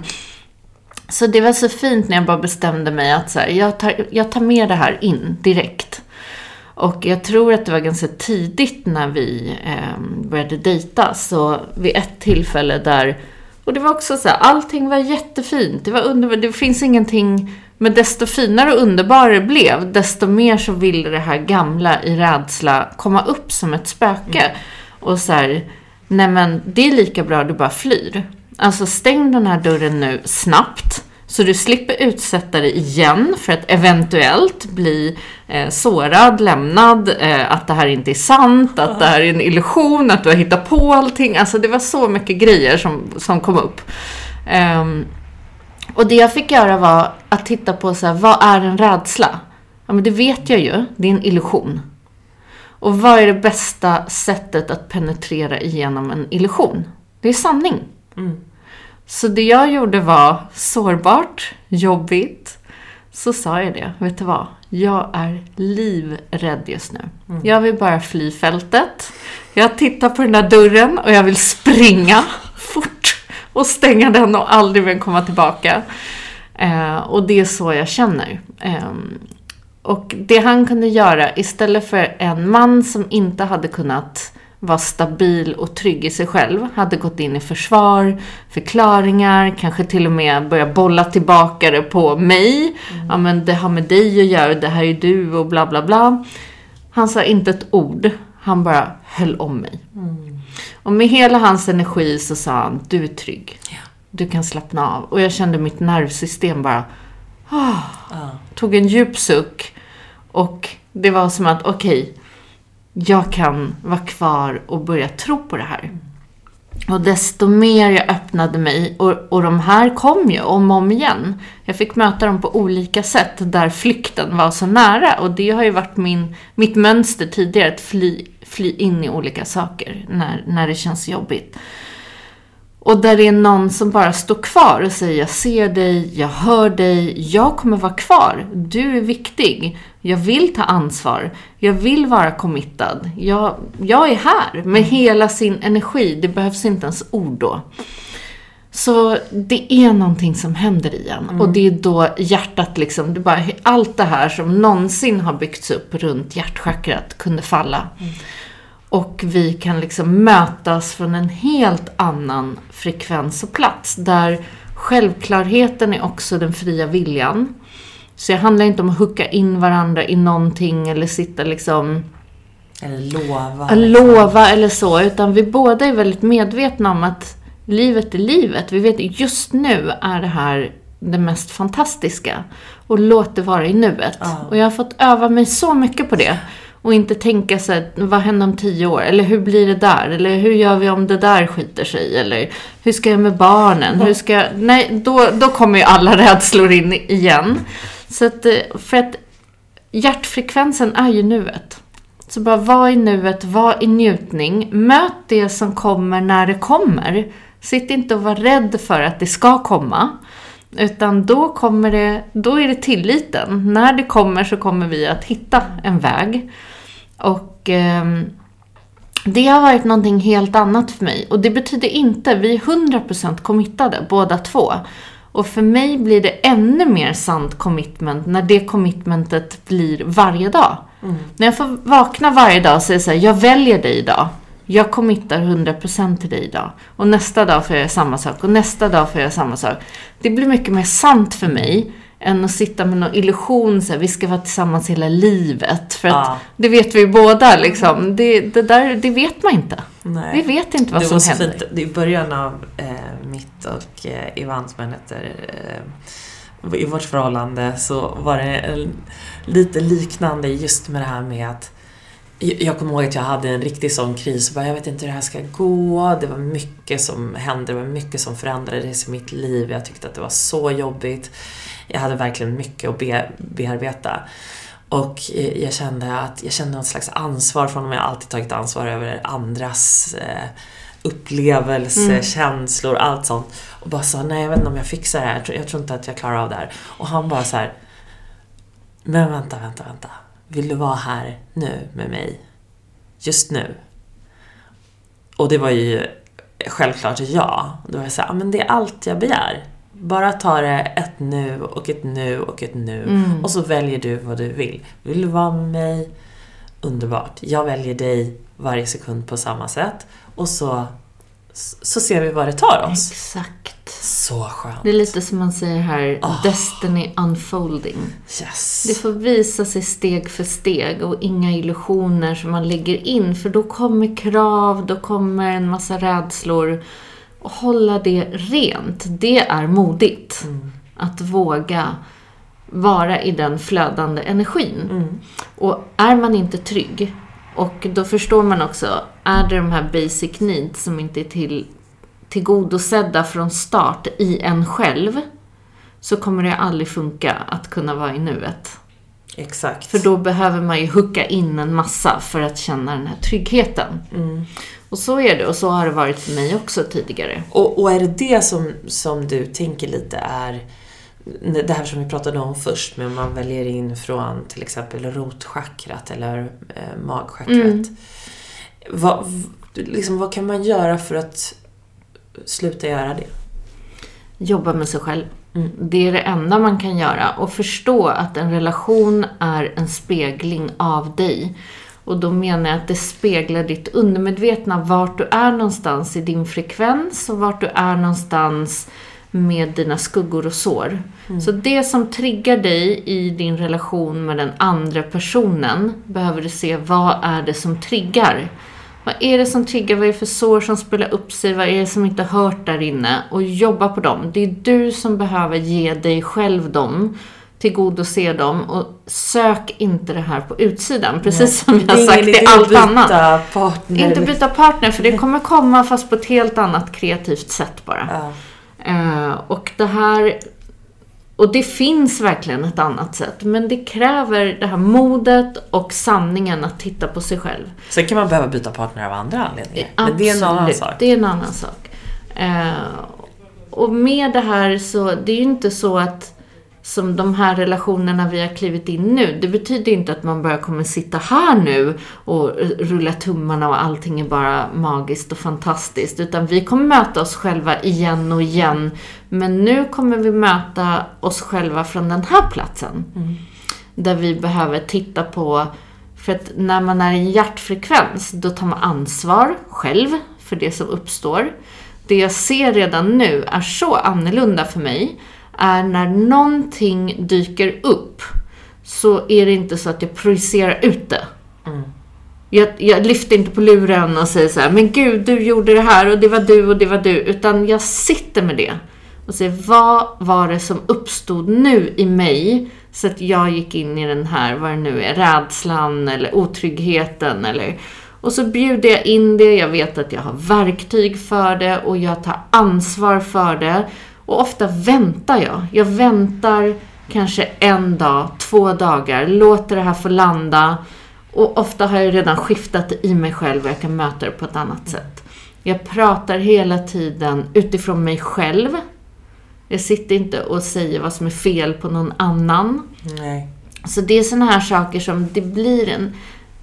Så det var så fint när jag bara bestämde mig att så här, jag, tar, jag tar med det här in direkt. Och jag tror att det var ganska tidigt när vi eh, började dejta. Så vid ett tillfälle där, och det var också så här, allting var jättefint. Det var underbart, det finns ingenting, men desto finare och underbarare det blev, desto mer så ville det här gamla i rädsla komma upp som ett spöke. Mm. Och så här, nej men det är lika bra du bara flyr. Alltså stäng den här dörren nu snabbt, så du slipper utsätta dig igen för att eventuellt bli eh, sårad, lämnad, eh, att det här inte är sant, att det här är en illusion, att du har hittat på allting. Alltså det var så mycket grejer som, som kom upp. Um, och det jag fick göra var att titta på så här, vad är en rädsla? Ja, men det vet jag ju, det är en illusion. Och vad är det bästa sättet att penetrera igenom en illusion? Det är sanning. Mm. Så det jag gjorde var sårbart, jobbigt. Så sa jag det, vet du vad? Jag är livrädd just nu. Mm. Jag vill bara fly fältet. Jag tittar på den där dörren och jag vill springa fort och stänga den och aldrig mer komma tillbaka. Eh, och det är så jag känner. Eh, och det han kunde göra, istället för en man som inte hade kunnat var stabil och trygg i sig själv, hade gått in i försvar, förklaringar, kanske till och med börja bolla tillbaka det på mig. Mm. Ja, men det har med dig att göra, det här är du och bla bla bla. Han sa inte ett ord, han bara höll om mig. Mm. Och med hela hans energi så sa han, du är trygg. Ja. Du kan slappna av. Och jag kände mitt nervsystem bara oh, uh. tog en djup suck, och det var som att okej, okay, jag kan vara kvar och börja tro på det här. Och desto mer jag öppnade mig, och, och de här kom ju om och om igen. Jag fick möta dem på olika sätt där flykten var så nära. Och det har ju varit min, mitt mönster tidigare, att fly, fly in i olika saker när, när det känns jobbigt. Och där det är någon som bara står kvar och säger, jag ser dig, jag hör dig, jag kommer vara kvar, du är viktig, jag vill ta ansvar, jag vill vara committad, jag, jag är här med hela sin energi, det behövs inte ens ord då. Så det är någonting som händer igen. Mm. Och det är då hjärtat liksom, det bara, allt det här som någonsin har byggts upp runt hjärtchakrat kunde falla. Mm. Och vi kan liksom mötas från en helt annan frekvens och plats. Där självklarheten är också den fria viljan. Så det handlar inte om att hucka in varandra i någonting. Eller sitta liksom... Eller lova. Eller lova eller så. Utan vi båda är väldigt medvetna om att livet är livet. Vi vet just nu är det här det mest fantastiska. Och låt det vara i nuet. Ja. Och jag har fått öva mig så mycket på det. Och inte tänka så här, vad händer om tio år? Eller hur blir det där? Eller hur gör vi om det där skiter sig? Eller hur ska jag med barnen? Hur ska jag... Nej, då, då kommer ju alla rädslor in igen. Så att, för att hjärtfrekvensen är ju nuet. Så bara var i nuet, var i njutning. Möt det som kommer när det kommer. Sitt inte och var rädd för att det ska komma. Utan då kommer det, då är det tilliten. När det kommer så kommer vi att hitta en väg. Och, Det har varit någonting helt annat för mig. Och det betyder inte, vi är hundra procent committade, båda två. Och för mig blir det ännu mer sant commitment när det commitmentet blir varje dag. Mm. När jag får vakna varje dag och säga så här, jag väljer dig idag. Jag committar hundra procent till dig idag. Och nästa dag får jag göra samma sak. Och nästa dag får jag göra samma sak. Det blir mycket mer sant för mig än att sitta med någon illusion. Så här, vi ska vara tillsammans hela livet. För att ja. det vet vi båda. Liksom. Det, det, där, det vet man inte. Nej. Vi vet inte vad det som händer. Fint. I början av eh, mitt och eh, Ivans, som heter, eh, i vårt förhållande, så var det en, lite liknande just med det här med att jag kommer ihåg att jag hade en riktig sån kris. Jag vet inte hur det här ska gå. Det var mycket som hände. Det var mycket som förändrades i mitt liv. Jag tyckte att det var så jobbigt. Jag hade verkligen mycket att be- bearbeta. Och jag kände att jag kände något slags ansvar från mig. Jag har alltid tagit ansvar över andras eh, upplevelser, mm. känslor, allt sånt. Och bara sa, nej jag vet inte om jag fixar det här. Jag tror, jag tror inte att jag klarar av det här. Och han bara så här, men vänta, vänta, vänta. Vill du vara här nu med mig? Just nu? Och det var ju självklart ja. Då var jag så här, men det är allt jag begär. Bara ta det ett nu och ett nu och ett nu. Mm. Och så väljer du vad du vill. Vill du vara med mig? Underbart. Jag väljer dig varje sekund på samma sätt. Och så, så ser vi vad det tar oss. Exakt. Så skönt. Det är lite som man säger här, oh. Destiny unfolding. Yes. Det får visa sig steg för steg och inga illusioner som man lägger in. För då kommer krav, då kommer en massa rädslor. Och hålla det rent, det är modigt. Mm. Att våga vara i den flödande energin. Mm. Och är man inte trygg, och då förstår man också, är det de här basic needs som inte är till, tillgodosedda från start i en själv, så kommer det aldrig funka att kunna vara i nuet. Exakt. För då behöver man ju hooka in en massa för att känna den här tryggheten. Mm. Och så är det, och så har det varit för mig också tidigare. Och, och är det det som, som du tänker lite är det här som vi pratade om först, men man väljer in från till exempel rotchakrat eller eh, magchakrat. Mm. Vad, liksom, vad kan man göra för att sluta göra det? Jobba med sig själv. Mm. Det är det enda man kan göra. Och förstå att en relation är en spegling av dig. Och då menar jag att det speglar ditt undermedvetna, vart du är någonstans i din frekvens och vart du är någonstans med dina skuggor och sår. Mm. Så det som triggar dig i din relation med den andra personen behöver du se, vad är det som triggar? Vad är det som triggar? Vad är det för sår som spelar upp sig? Vad är det som inte hört där inne? Och jobba på dem. Det är du som behöver ge dig själv dem. Tillgodose dem. Och sök inte det här på utsidan. Precis som jag har sagt i allt annat. Partner. Inte byta partner. För det kommer komma fast på ett helt annat kreativt sätt bara. Ja. Uh, och det här... Och det finns verkligen ett annat sätt. Men det kräver det här modet och sanningen att titta på sig själv. Sen kan man behöva byta partner av andra anledningar. Absolut, men det är en annan sak. Det är en annan sak. Eh, och med det här så, det är ju inte så att som de här relationerna vi har klivit in nu. Det betyder inte att man bara kommer sitta här nu och rulla tummarna och allting är bara magiskt och fantastiskt. Utan vi kommer möta oss själva igen och igen. Men nu kommer vi möta oss själva från den här platsen. Mm. Där vi behöver titta på, för att när man är i en hjärtfrekvens, då tar man ansvar själv för det som uppstår. Det jag ser redan nu är så annorlunda för mig. Är när någonting dyker upp, så är det inte så att jag projicerar ut det. Mm. Jag, jag lyfter inte på luren och säger så här, men gud, du gjorde det här och det var du och det var du. Utan jag sitter med det och säger, vad var det som uppstod nu i mig så att jag gick in i den här, vad det nu är, rädslan eller otryggheten eller... Och så bjuder jag in det, jag vet att jag har verktyg för det och jag tar ansvar för det. Och ofta väntar jag. Jag väntar kanske en dag, två dagar. Låter det här få landa. Och ofta har jag redan skiftat i mig själv och jag kan möta det på ett annat sätt. Jag pratar hela tiden utifrån mig själv. Jag sitter inte och säger vad som är fel på någon annan. Nej. Så det är såna här saker som det blir en...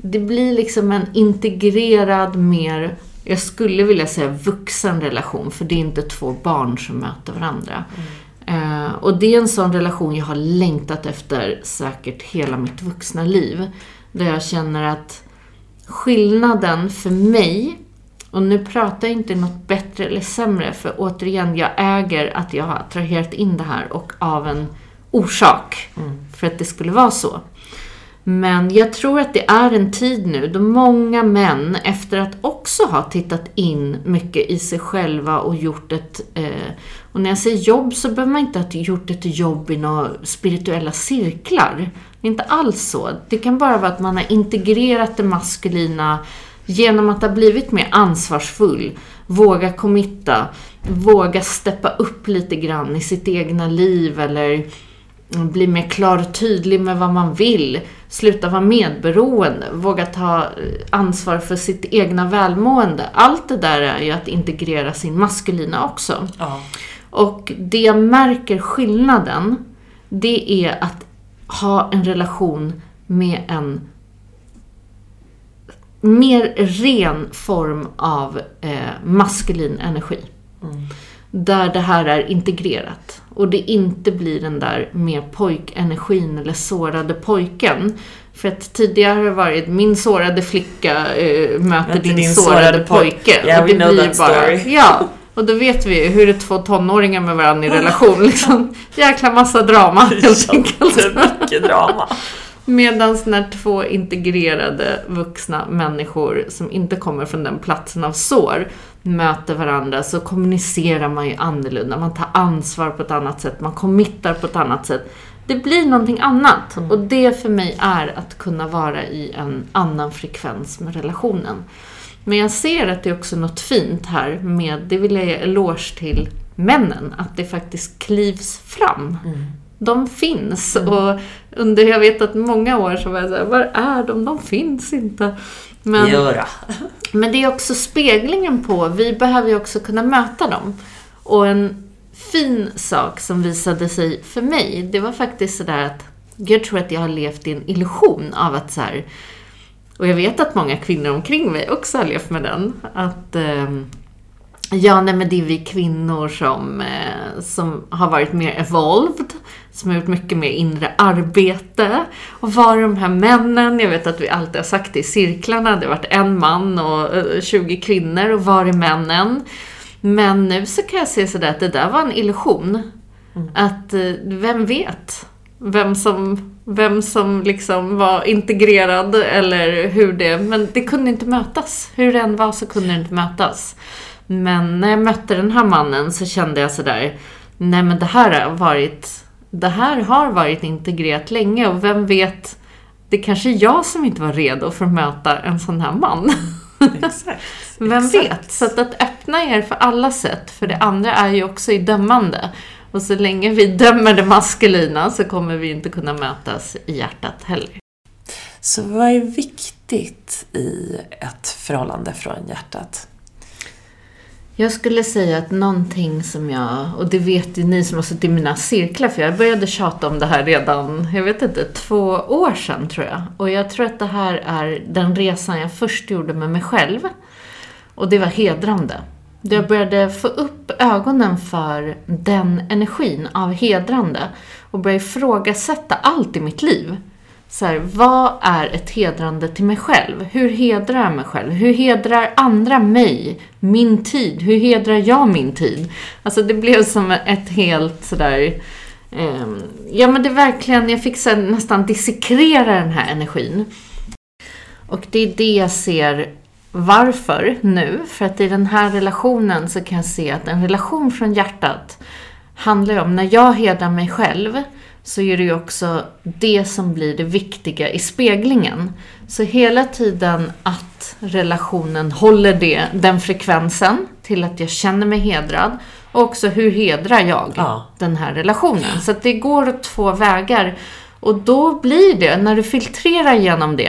det blir liksom en integrerad, mer, jag skulle vilja säga vuxen relation, för det är inte två barn som möter varandra. Mm. Eh, och det är en sån relation jag har längtat efter säkert hela mitt vuxna liv. Där jag känner att skillnaden för mig, och nu pratar jag inte något bättre eller sämre, för återigen, jag äger att jag har attraherat in det här och av en orsak mm. för att det skulle vara så. Men jag tror att det är en tid nu då många män, efter att också ha tittat in mycket i sig själva och gjort ett, eh, och när jag säger jobb så behöver man inte ha gjort ett jobb i några spirituella cirklar. Det är inte alls så. Det kan bara vara att man har integrerat det maskulina genom att ha blivit mer ansvarsfull, våga committa, våga steppa upp lite grann i sitt egna liv, eller bli mer klar och tydlig med vad man vill, sluta vara medberoende, våga ta ansvar för sitt egna välmående. Allt det där är ju att integrera sin maskulina också. Ja. Och det jag märker skillnaden, det är att ha en relation med en mer ren form av eh, maskulin energi. Mm. Där det här är integrerat. Och det inte blir den där mer pojkenergin eller sårade pojken. För att tidigare har det varit min sårade flicka äh, möter din, din sårade, sårade pojke. Yeah, och det we know blir that bara, story. Ja, och då vet vi hur det är två tonåringar med varandra i relation. Liksom, jäkla massa drama helt enkelt. Mycket drama. Medan när två integrerade vuxna människor som inte kommer från den platsen av sår möter varandra, så kommunicerar man ju annorlunda. Man tar ansvar på ett annat sätt. Man committar på ett annat sätt. Det blir någonting annat. Mm. Och det för mig är att kunna vara i en annan frekvens med relationen. Men jag ser att det är också något fint här med, det vill jag ge eloge till männen, att det faktiskt klivs fram. Mm. De finns. Mm. Och under, jag vet att många år så var jag så här, var är de? De finns inte. Men, Göra. men det är också speglingen på, vi behöver ju också kunna möta dem. Och en fin sak som visade sig för mig, det var faktiskt så där att jag tror att jag har levt i en illusion av att så här, och jag vet att många kvinnor omkring mig också har levt med den, att eh, ja, nej, men det är vi kvinnor som, eh, som har varit mer evolved, som har gjort mycket mer inre arbete. Och var är de här männen? Jag vet att vi alltid har sagt det i cirklarna. Det har varit en man och eh, tjugo kvinnor. Och var är männen? Men nu så kan jag se sådär att det där var en illusion. Mm. Att eh, vem vet? Vem som, vem som liksom var integrerad eller hur det... Men det kunde inte mötas. Hur det än var så kunde det inte mötas. Men när jag mötte den här mannen så kände jag sådär, nej men det här har varit, det här har varit integrerat länge, och vem vet, det kanske är jag som inte var redo för att möta en sån här man. Exakt. Vem Exakt. vet, så att, att öppna er för alla sätt, för det andra är ju också i dömande. Och så länge vi dömer det maskulina så kommer vi inte kunna mötas i hjärtat heller. Så vad är viktigt i ett förhållande från hjärtat? Jag skulle säga att någonting som jag, och det vet ju ni som har suttit i mina cirklar, för jag började tjata om det här redan, jag vet inte, två år sedan tror jag. Och jag tror att det här är den resan jag först gjorde med mig själv. Och det var hedrande. Jag började få upp ögonen för den energin av hedrande och började ifrågasätta allt i mitt liv. Så här, vad är ett hedrande till mig själv? Hur hedrar jag mig själv? Hur hedrar andra mig? Min tid? Hur hedrar jag min tid? Alltså det blev som ett helt sådär... Eh, ja men det verkligen, jag fick så nästan dissekrera den här energin. Och det är det jag ser varför nu. För att i den här relationen så kan jag se att en relation från hjärtat handlar om, när jag hedrar mig själv, så är det ju också det som blir det viktiga i speglingen. Så hela tiden att relationen håller det, den frekvensen till att jag känner mig hedrad. Och också hur hedrar jag ja. den här relationen. Så att det går åt två vägar. Och då blir det, när du filtrerar igenom det,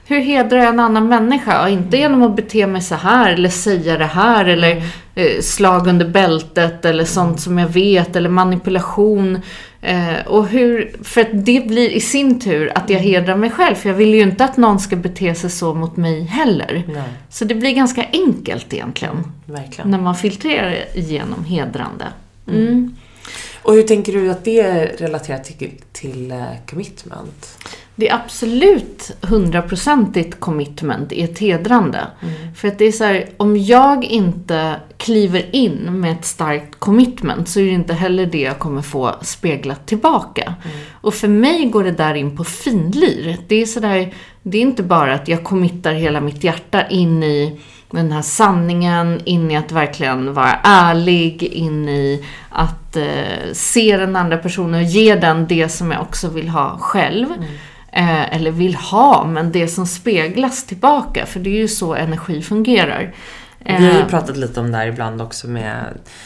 hur hedrar jag en annan människa? Inte genom att bete mig så här eller säga det här eller mm. eh, slag under bältet eller sånt som jag vet eller manipulation. Eh, och hur, för att det blir i sin tur att jag hedrar mig själv, för jag vill ju inte att någon ska bete sig så mot mig heller. Nej. Så det blir ganska enkelt egentligen. Verkligen. När man filtrerar igenom hedrande. Mm. Mm. Och hur tänker du att det är relaterat till, till uh, commitment? Det är absolut hundraprocentigt commitment i ett hedrande. Mm. För att det är så här, om jag inte kliver in med ett starkt commitment så är det inte heller det jag kommer få speglat tillbaka. Mm. Och för mig går det där in på finlir. Det är så där, det är inte bara att jag committar hela mitt hjärta in i den här sanningen, in i att verkligen vara ärlig, in i att eh, se den andra personen och ge den det som jag också vill ha själv. Mm. Eh, eller vill ha, men det som speglas tillbaka, för det är ju så energi fungerar. Eh, Vi har ju pratat lite om det här ibland också med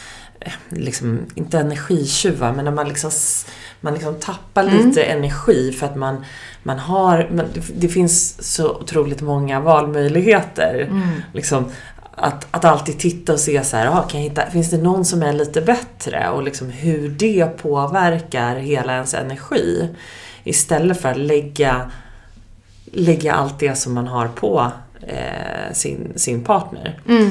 liksom, inte energitjuvar, men när man liksom, man liksom tappar mm. lite energi för att man, man har, man, det finns så otroligt många valmöjligheter. Mm. Liksom, att, att alltid titta och se så här, ah, kan jag hitta, finns det någon som är lite bättre, och liksom hur det påverkar hela ens energi. Istället för att lägga, lägga allt det som man har på eh, sin, sin partner. Mm.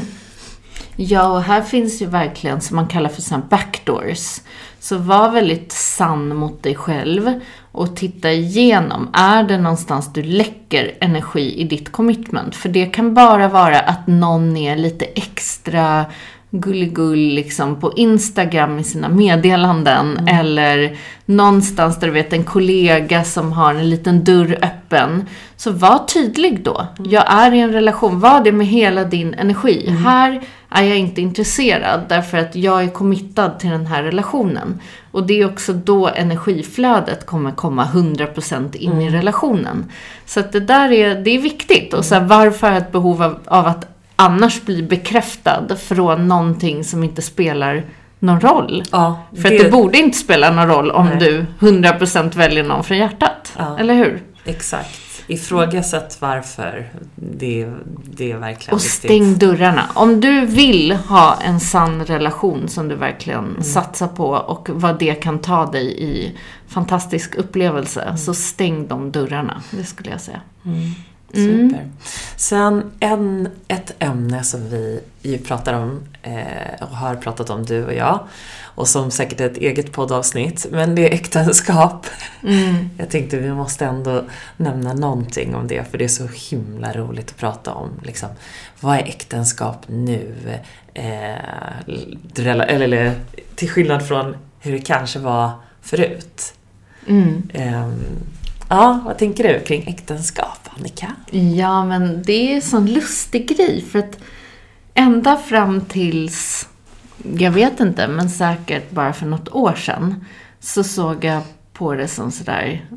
Ja, och här finns ju verkligen som man kallar för sån backdoors. Så var väldigt sann mot dig själv och titta igenom. Är det någonstans du läcker energi i ditt commitment? För det kan bara vara att någon är lite extra gulligull liksom på Instagram i sina meddelanden. Mm. Eller någonstans där du vet en kollega som har en liten dörr öppen. Så var tydlig då. Mm. Jag är i en relation. Var det med hela din energi. Mm. Här är jag inte intresserad därför att jag är committad till den här relationen. Och det är också då energiflödet kommer komma hundra procent in mm. i relationen. Så att det där är, det är viktigt. Och så här, varför har jag ett behov av, av att annars bli bekräftad från någonting som inte spelar någon roll. Ja, det... För att det borde inte spela någon roll om Nej. du hundra procent väljer någon från hjärtat. Ja. Eller hur? Exakt. Ifrågasätt varför. Det, det är verkligen Och viktigt. Stäng dörrarna. Om du vill ha en sann relation som du verkligen mm. satsar på och vad det kan ta dig i fantastisk upplevelse, mm. så stäng de dörrarna. Det skulle jag säga. Mm. Super. Mm. Sen en, ett ämne som vi ju pratar om eh, och har pratat om du och jag, och som säkert är ett eget poddavsnitt, men det är äktenskap. Mm. Jag tänkte vi måste ändå nämna någonting om det, för det är så himla roligt att prata om liksom, vad är äktenskap nu? Eh, eller, eller till skillnad från hur det kanske var förut. Mm. Eh, Ja, vad tänker du kring äktenskap, Annika? Ja, men det är en sån lustig grej. För att ända fram tills, jag vet inte, men säkert bara för något år sedan, så såg jag på det som sådär,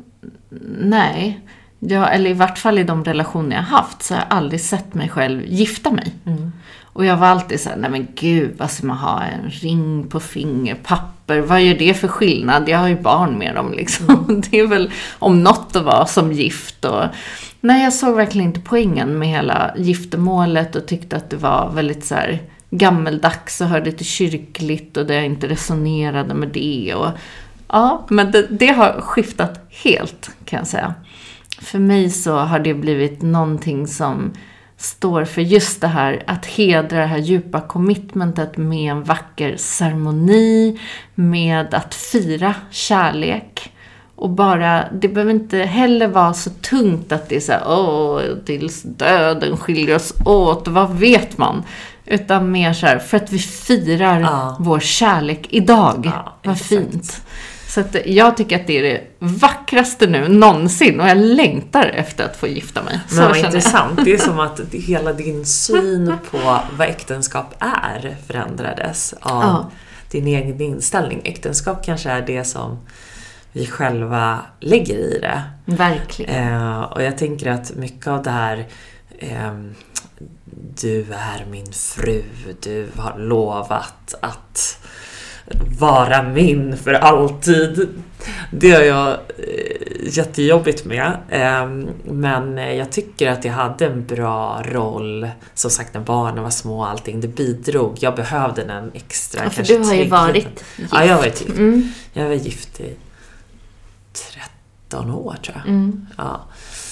nej. Jag, eller i vart fall i de relationer jag haft så har jag aldrig sett mig själv gifta mig. Mm. Och jag var alltid så här, nej men gud, vad ska man ha en ring på finger, papper, vad gör det för skillnad? Jag har ju barn med dem liksom. Mm. Det är väl om något att vara som gift. Och, nej, jag såg verkligen inte poängen med hela giftermålet och tyckte att det var väldigt så här gammeldags och hörde till kyrkligt och det jag inte resonerade med det. Och, ja, men det, det har skiftat helt, kan jag säga. För mig så har det blivit någonting som står för just det här att hedra det här djupa commitmentet med en vacker ceremoni, med att fira kärlek. Och bara, det behöver inte heller vara så tungt att det är så här, åh, tills döden skiljer oss åt, vad vet man? Utan mer så här, för att vi firar ja. vår kärlek idag. Ja, vad exakt. Fint. Så att jag tycker att det är det vackraste nu någonsin. Och jag längtar efter att få gifta mig. Så men vad intressant. Det är som att hela din syn på vad äktenskap är förändrades av ja. din egen inställning. Äktenskap kanske är det som vi själva lägger i det. Verkligen. Eh, och jag tänker att mycket av det här... Eh, du är min fru. Du har lovat att... vara min för alltid. Det har jag jättejobbigt med. Men jag tycker att jag hade en bra roll. Som sagt, när barnen var små och allting. Det bidrog. Jag behövde den extra. Ja, för du har ju varit gift. Ja, jag har varit gift. Mm. Jag var gift i tretton år, tror jag. Mm. Ja.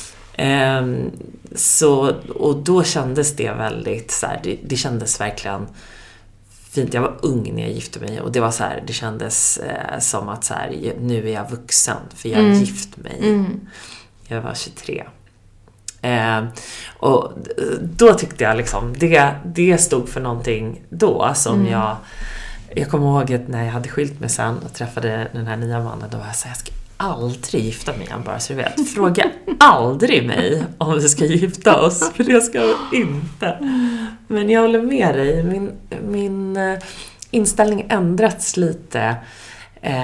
Um, så, och då kändes det väldigt så här, det, det kändes verkligen fint. Jag var ung när jag gifte mig och det var så här, det kändes eh, som att så här, nu är jag vuxen för jag har mm. gift mig. Mm. Jag var tjugotre. Eh, och då tyckte jag liksom det, det stod för någonting då som mm. jag jag kommer ihåg att när jag hade skilt mig sen och träffade den här nya mannen, då var jag så här, jag ska aldrig gifta mig igen, bara så du vet. Fråga aldrig mig om vi ska gifta oss, för det ska jag inte. Men jag håller med dig. Min, min inställning ändrats lite. Eh,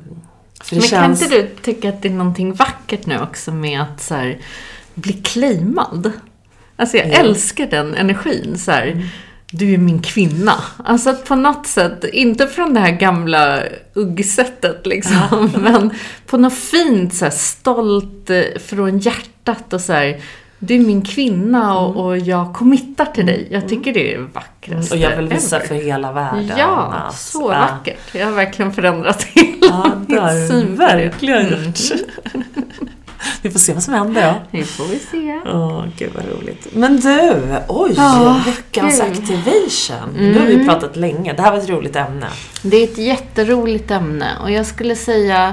för det Men känns... kan inte du tycka att det är någonting vackert nu också med att så här, bli claimad? Alltså jag mm. älskar den energin. Så här, mm. du är min kvinna. Alltså att på något sätt, inte från det här gamla uggsättet liksom, men på något fint så här, stolt från hjärtat och så här, du är min kvinna och, och jag committar till dig. Jag tycker det är det vackraste. Och jag vill visa ever. För hela världen. Ja, alltså. Så vackert. Jag har verkligen förändrat hela ja, mitt syn. Verkligen gjort. Mm. Vi får se vad som händer då. Det får vi se. Åh, oh, gud vad roligt. Men du, oj, oh, veckans gud. Activation. Mm. Nu har vi pratat länge. Det här var ett roligt ämne. Det är ett jätteroligt ämne. Och jag skulle säga,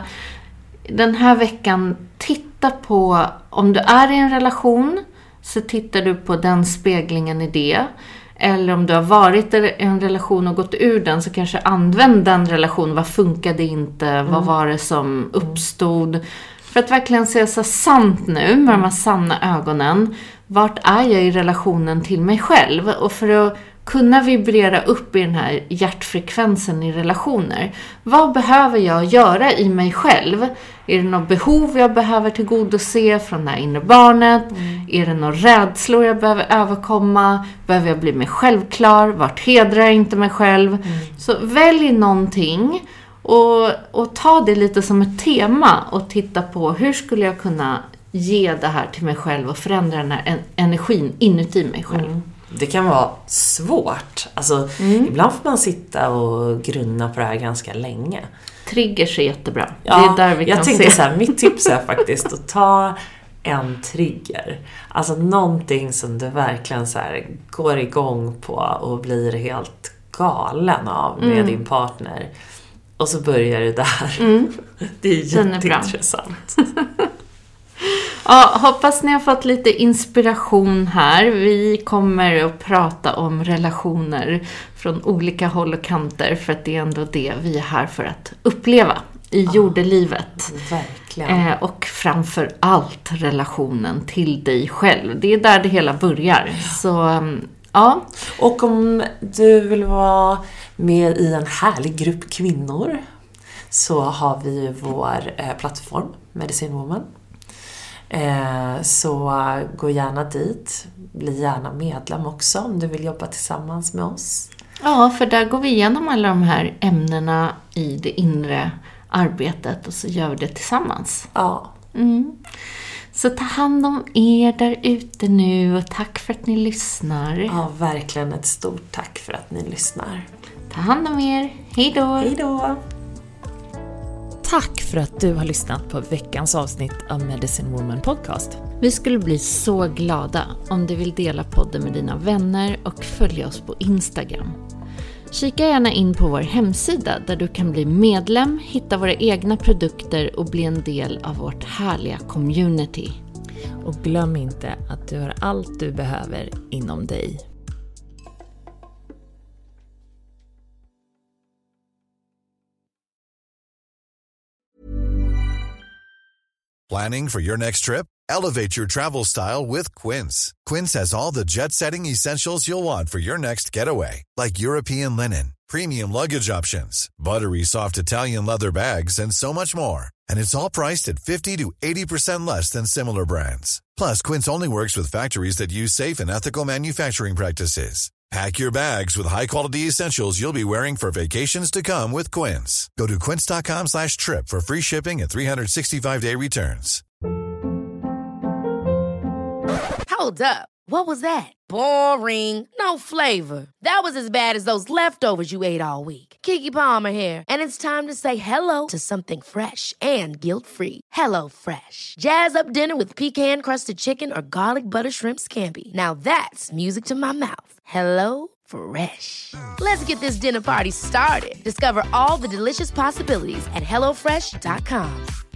den här veckan, titta på, om du är i en relation, så tittar du på den speglingen i det. Eller om du har varit i en relation och gått ur den, så kanske använd den relationen. Vad funkade inte? Mm. Vad var det som uppstod? För att verkligen se så sant nu med de här sanna ögonen. Vart är jag i relationen till mig själv? Och för att kunna vibrera upp i den här hjärtfrekvensen i relationer. Vad behöver jag göra i mig själv? Är det något behov jag behöver tillgodose från det här inre barnet? Mm. Är det några rädslor jag behöver överkomma? Behöver jag bli mig självklar? Vart hedrar jag inte mig själv? Mm. Så välj någonting. Och, och ta det lite som ett tema och titta på hur skulle jag kunna ge det här till mig själv och förändra den här en, energin inuti mig själv. Mm. Det kan vara svårt. Alltså, mm. ibland får man sitta och grunna på det här ganska länge. Triggers är jättebra. Ja, det är där vi jag kan tänkte se. Så här, mitt tips är faktiskt att ta en trigger. Alltså någonting som du verkligen så här går igång på och blir helt galen av med mm. din partner. Och så börjar det där. Mm. Det är jätteintressant. Ja, hoppas ni har fått lite inspiration här. Vi kommer att prata om relationer från olika håll och kanter. För att det är ändå det vi är här för att uppleva i ja, jordelivet. Verkligen. Eh, och framför allt relationen till dig själv. Det är där det hela börjar. Ja. Så... Ja. Och om du vill vara med i en härlig grupp kvinnor, så har vi vår eh, plattform Medicine Woman. Eh, så gå gärna dit. Bli gärna medlem också om du vill jobba tillsammans med oss. Ja, för där går vi igenom alla de här ämnena i det inre arbetet och så gör vi det tillsammans. Ja. Mm. Så ta hand om er där ute nu och tack för att ni lyssnar. Ja, verkligen ett stort tack för att ni lyssnar. Ta hand om er. Hej då. Hej då. Tack för att du har lyssnat på veckans avsnitt av Medicine Woman Podcast. Vi skulle bli så glada om du vill dela podden med dina vänner och följa oss på Instagram. Kika gärna in på vår hemsida där du kan bli medlem, hitta våra egna produkter och bli en del av vårt härliga community. Och glöm inte att du har allt du behöver inom dig. Planning for your next trip? Elevate your travel style with Quince. Quince has all the jet-setting essentials you'll want for your next getaway, like European linen, premium luggage options, buttery soft Italian leather bags, and so much more. And it's all priced at fifty to eighty percent less than similar brands. Plus, Quince only works with factories that use safe and ethical manufacturing practices. Pack your bags with high-quality essentials you'll be wearing for vacations to come with Quince. Go to quince.com slash trip for free shipping and three sixty-five day returns. Hold up. What was that? Boring. No flavor. That was as bad as those leftovers you ate all week. Keke Palmer here, and it's time to say hello to something fresh and guilt-free. Hello Fresh. Jazz up dinner with pecan-crusted chicken or garlic butter shrimp scampi. Now that's music to my mouth. Hello Fresh. Let's get this dinner party started. Discover all the delicious possibilities at hello fresh dot com.